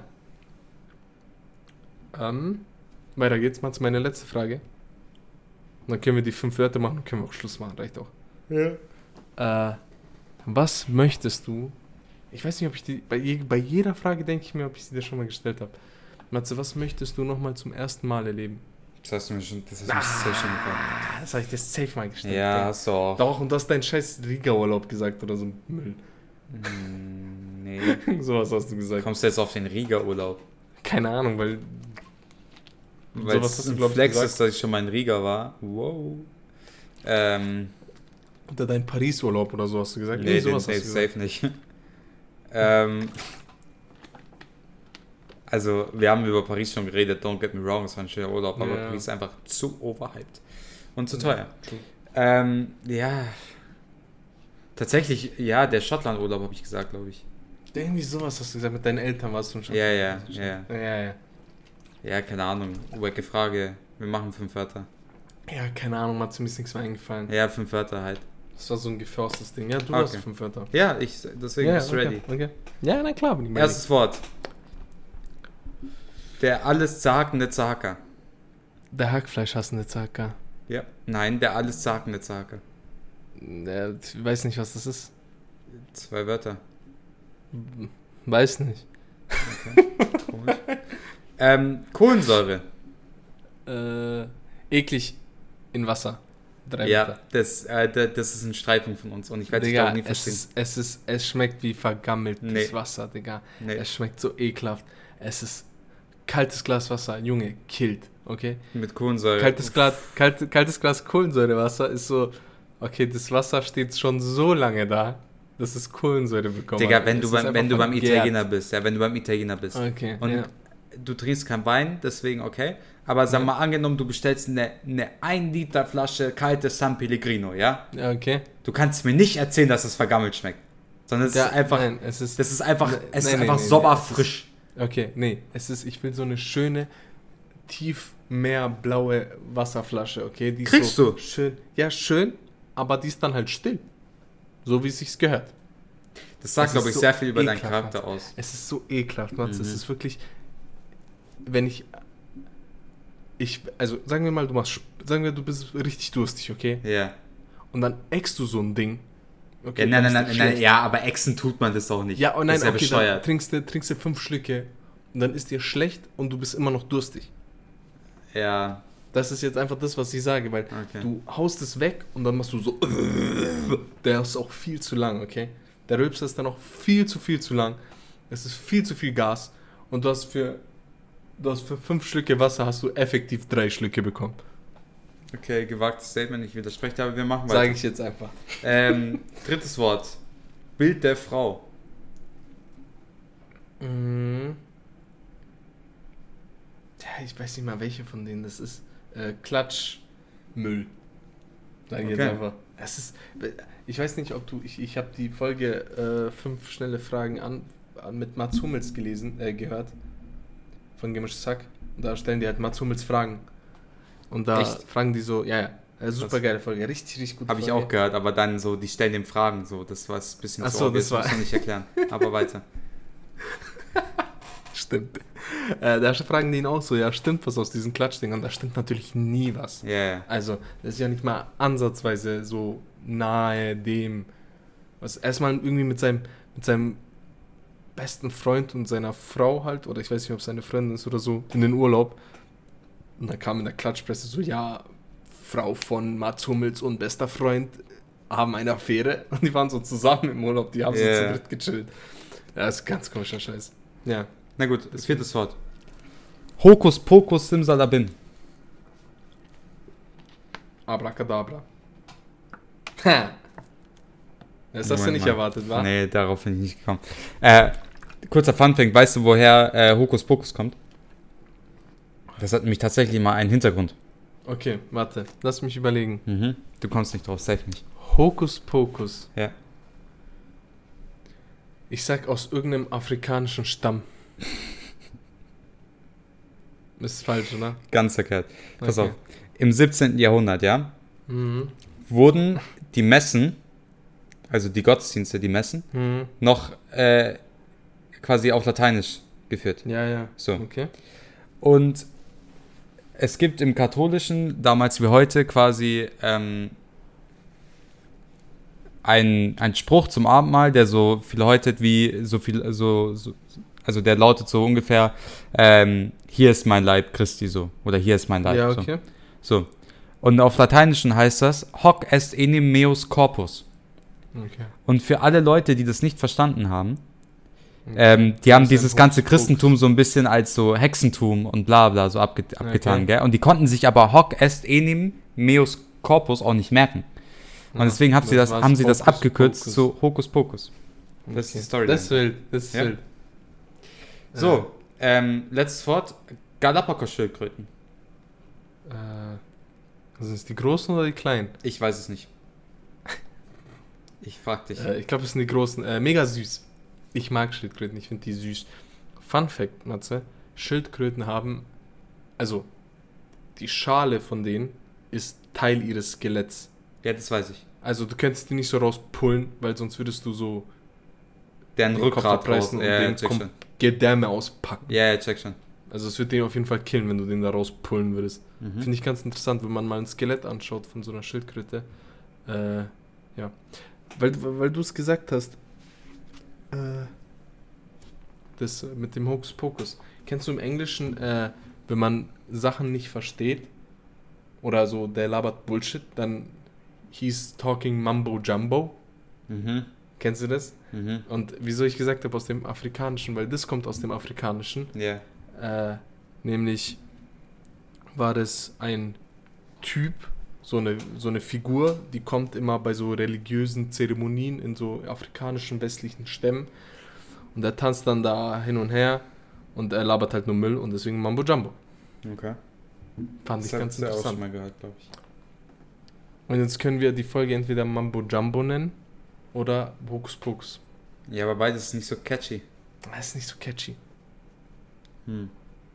Ähm, weiter geht's mal zu meiner letzten Frage. Und dann können wir die fünf Wörter machen und können wir auch Schluss machen, reicht auch. Ja. Äh, was möchtest du? Ich weiß nicht, ob ich die. Bei, je, bei jeder Frage denke ich mir, ob ich sie dir schon mal gestellt habe. Matze, was möchtest du nochmal zum ersten Mal erleben? Das hast du mir schon, das hast du mir safe schon gefragt. Ah, das habe ich dir safe mal gestellt. Ja, Digga. hast du auch. Doch, und du hast deinen scheiß Riga-Urlaub gesagt oder so ein Müll. Mm, nee. Sowas hast du gesagt. Kommst du jetzt auf den Riga-Urlaub? Keine Ahnung, weil. Weil Sowas es hast du, ein glaub ich, Flex gesagt. ist, dass ich schon mal in Riga war. Wow. Ähm, Oder dein Paris-Urlaub oder so hast du gesagt? nee, den sowas safe, hast du gesagt. safe nicht. ähm, also, wir haben über Paris schon geredet, don't get me wrong, es war ein schöner Urlaub, aber Ja. Paris ist einfach zu overhyped und zu Ja. teuer. Ähm, ja. Tatsächlich, ja, der Schottland-Urlaub habe ich gesagt, glaube ich. Irgendwie sowas hast du gesagt, mit deinen Eltern warst du schon. Ja, ja, ja. Ja, ja. Ja, keine Ahnung. Wacke Frage. Wir machen fünf Wörter. Ja, keine Ahnung, mir hat zumindest nichts mehr eingefallen. Ja, fünf Wörter halt. Das war so ein geförstes Ding. Ja, du Okay. hast fünf Wörter. Ja, ich, deswegen ja, bist du okay, ready. Okay. Ja, na klar, bin ich mal Erstes Wort. Der alles zerhackende Zaker. Der Hackfleischhassende Zacker. Ja. Nein, der alles zerhackende Zaker. Der, ich weiß nicht, was das ist. Zwei Wörter. Weiß nicht. Komisch. ähm, Kohlensäure. Äh, eklig in Wasser. Drei Ja, Wörter. das, äh, da- das ist ein Streitpunkt von uns und ich werde dich Digga, auch nie es, verstehen. ist, es, ist, es schmeckt wie vergammeltes Nee. Wasser, Digga. Nee, Es schmeckt so ekelhaft. Es ist kaltes Glas Wasser, Junge, killt, okay? mit Kohlensäure. Kaltes Glas, kalt, kaltes Glas Kohlensäurewasser ist so, okay, das Wasser steht schon so lange da, dass es Kohlensäure bekommt. Digga, wenn du Es beim, ist wenn du einfach beim vergärt. Italiener bist, ja, wenn du beim Italiener bist. Okay, Und ja. du trinkst kein Wein, deswegen okay. Aber sag Ja. mal, angenommen, du bestellst eine, eine ein Liter Flasche kaltes San Pellegrino, ja? Ja, okay. Du kannst mir nicht erzählen, dass es vergammelt schmeckt. Sondern es Ja, ist einfach, nein, es ist, das ist einfach, Ne- es nee, ist nee, einfach nee, nee, sommerfrisch. okay, nee, es ist, ich will so eine schöne, tiefmeerblaue Wasserflasche, okay? Die ist Kriegst so du? Schön, ja, schön, aber die ist dann halt still. So wie es sich gehört. Das sagt, Es glaube ist ich, so sehr viel über deinen ekelhaft. Charakter aus. Es ist so ekelhaft, Mats. Mhm. Es ist wirklich, wenn ich, ich, also sagen wir mal, du machst, Sp- sagen wir, du bist richtig durstig, okay? Ja. Und dann eckst du so ein Ding. Okay, Ja, nein, dann nein, ist nein, das nein, schlecht. ja, aber Echsen tut man das auch nicht. Ja, und nein, das ist ja okay, dann bescheuert. trinkst du, trinkst du fünf Schlücke und dann ist dir schlecht und du bist immer noch durstig. Ja, Das ist jetzt einfach das, was ich sage, weil okay. du haust es weg und dann machst du so. Der ist auch viel zu lang, okay? Der Rülpser ist dann auch viel zu viel zu lang. Es ist viel zu viel Gas und du hast für, du hast für fünf Schlücke Wasser hast du effektiv drei Schlücke bekommen. Okay, gewagtes Statement, ich widerspreche, aber wir machen weiter. Sage ich jetzt einfach. Ähm, drittes Wort. Bild der Frau. Mhm. Ja, ich weiß nicht mal, welche von denen das ist. Äh, Klatschmüll. Sag ich jetzt Okay. einfach. Es ist, ich weiß nicht, ob du, ich, ich habe die Folge äh, fünf schnelle Fragen an, an mit Mats Hummels gelesen, äh, gehört. Von Gemischtes Sack. Und da stellen die halt Mats Hummels Fragen. Und da Echt? fragen die so, ja, ja. Äh, super geile Folge, richtig, richtig gut. Habe ich auch gehört, aber dann so, die stellen dem Fragen so, das war ein bisschen Ach zu so, obvious, das war- muss man nicht erklären. Aber weiter. Stimmt. Äh, da fragen die ihn auch so, ja, stimmt was aus diesen Klatschdingern? Und da stimmt natürlich nie was. Ja, yeah. Also, das ist ja nicht mal ansatzweise so nahe dem, was erstmal irgendwie mit seinem, mit seinem besten Freund und seiner Frau halt, oder ich weiß nicht, ob es seine Freundin ist oder so, in den Urlaub. Und dann kam in der Klatschpresse so, ja, Frau von Mats Hummels und bester Freund haben eine Affäre. Und die waren so zusammen im Urlaub, die haben Yeah. so zu dritt gechillt. Ja, das ist ganz komischer Scheiß. Ja. Na gut, das vierte Wort. Hokus Pokus Simsalabim. Abracadabra. Ha. Das hast du Moment nicht mal. erwartet, wa? Nee, darauf bin ich nicht gekommen. Äh, kurzer Funfact, weißt du, woher äh, Hokus Pokus kommt? Das hat nämlich tatsächlich mal einen Hintergrund. Okay, warte, lass mich überlegen. Mhm. Du kommst nicht drauf, safe nicht. Hokus Pokus. Ja. Ich sag aus irgendeinem afrikanischen Stamm. Ist falsch, oder? Ganz verkehrt. Pass Okay. auf. Im siebzehnten Jahrhundert, ja, Mhm. wurden die Messen, also die Gottesdienste, die Messen, Mhm. noch äh, quasi auf Lateinisch geführt. Ja, ja. So. Okay. Und es gibt im Katholischen, damals wie heute, quasi ähm, ein, ein Spruch zum Abendmahl, der so viel häutet wie so viel, so, so also der lautet so ungefähr, ähm, hier ist mein Leib Christi so, oder hier ist mein Leib. Ja, so. okay. So. Und auf Lateinischen heißt das hoc est enim meus corpus. Okay. Und für alle Leute, die das nicht verstanden haben, Ähm, die haben Das ist dieses ein ganze Hokuspokus. Christentum so ein bisschen als so Hexentum und bla bla so abget abgetan, Okay. gell? Und die konnten sich aber Hoc est enim meus corpus auch nicht merken. Und Ja, deswegen haben sie das, war's haben sie das Hokus abgekürzt Pokus. zu Hokus Pokus. Das ist die Story Das ist wild, das ist Ja. wild. So, ähm, letztes Wort, Galapagos-Schildkröten. Äh, äh, sind es die großen oder die kleinen? Ich weiß es nicht. Ich frag dich. Äh, ich glaube, es sind die großen. Äh, mega süß. Ich mag Schildkröten, ich finde die süß. Fun Fact, Matze: Schildkröten haben, also die Schale von denen ist Teil ihres Skeletts. Ja, das weiß ich. Also du könntest die nicht so rauspullen, weil sonst würdest du so Deren den Kopf Rückgrat abreißen raus. und Ja, ja, den check kom- schon. Gedärme auspacken. Ja, ja, check schon. Also es wird den auf jeden Fall killen, wenn du den da rauspullen würdest. Mhm. Finde ich ganz interessant, wenn man mal ein Skelett anschaut von so einer Schildkröte. Äh, ja. Weil, weil du es gesagt hast, äh, das mit dem Hokuspokus. Kennst du im Englischen, äh, wenn man Sachen nicht versteht oder so, der labert Bullshit, dann he's talking Mumbo Jumbo. Mhm. Kennst du das? Mhm. Und wieso ich gesagt habe aus dem Afrikanischen, weil das kommt aus dem Afrikanischen. Ja. Äh, nämlich war das ein Typ, so eine, so eine Figur, die kommt immer bei so religiösen Zeremonien in so afrikanischen westlichen Stämmen und er tanzt dann da hin und her und er labert halt nur Müll und deswegen Mambo Jumbo. Okay. Fand ich Das ganz hast du ja auch interessant. schon mal gehört, glaube ich. Und jetzt können wir die Folge entweder Mambo Jumbo nennen oder Hokus Pokus. Ja, aber beides ist nicht so catchy. Das ist nicht so catchy. Hm.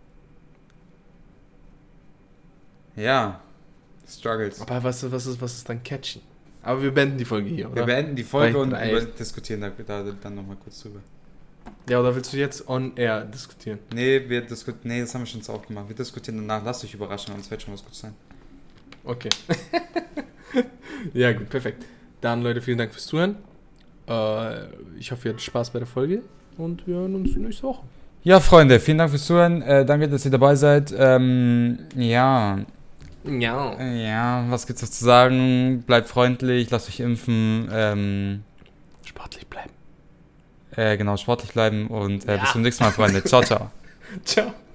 Ja. Struggles. Aber was, ist- was, ist, was ist dann catchy? Aber wir beenden die Folge hier, oder? Wir beenden die Folge Bei und drei. über diskutieren da, da dann nochmal kurz drüber. Ja, oder willst du jetzt on air diskutieren? Nee, wir diskutieren. Nee, das haben wir schon so aufgemacht. Wir diskutieren danach. Lasst euch überraschen, uns wird schon was Gutes sein. Okay. Ja, gut, perfekt. Dann, Leute, vielen Dank fürs Zuhören. Äh, ich hoffe, ihr hattet Spaß bei der Folge und wir hören uns nächste Woche. Ja, Freunde, vielen Dank fürs Zuhören. Äh, danke, dass ihr dabei seid. Ähm, ja. Ja. Äh, Ja, was gibt's noch zu sagen? Bleibt freundlich, lasst euch impfen. Ähm, Sportlich bleiben. äh, genau, sportlich bleiben und äh, Ja. bis zum nächsten Mal, Freunde. Ciao, ciao. Ciao.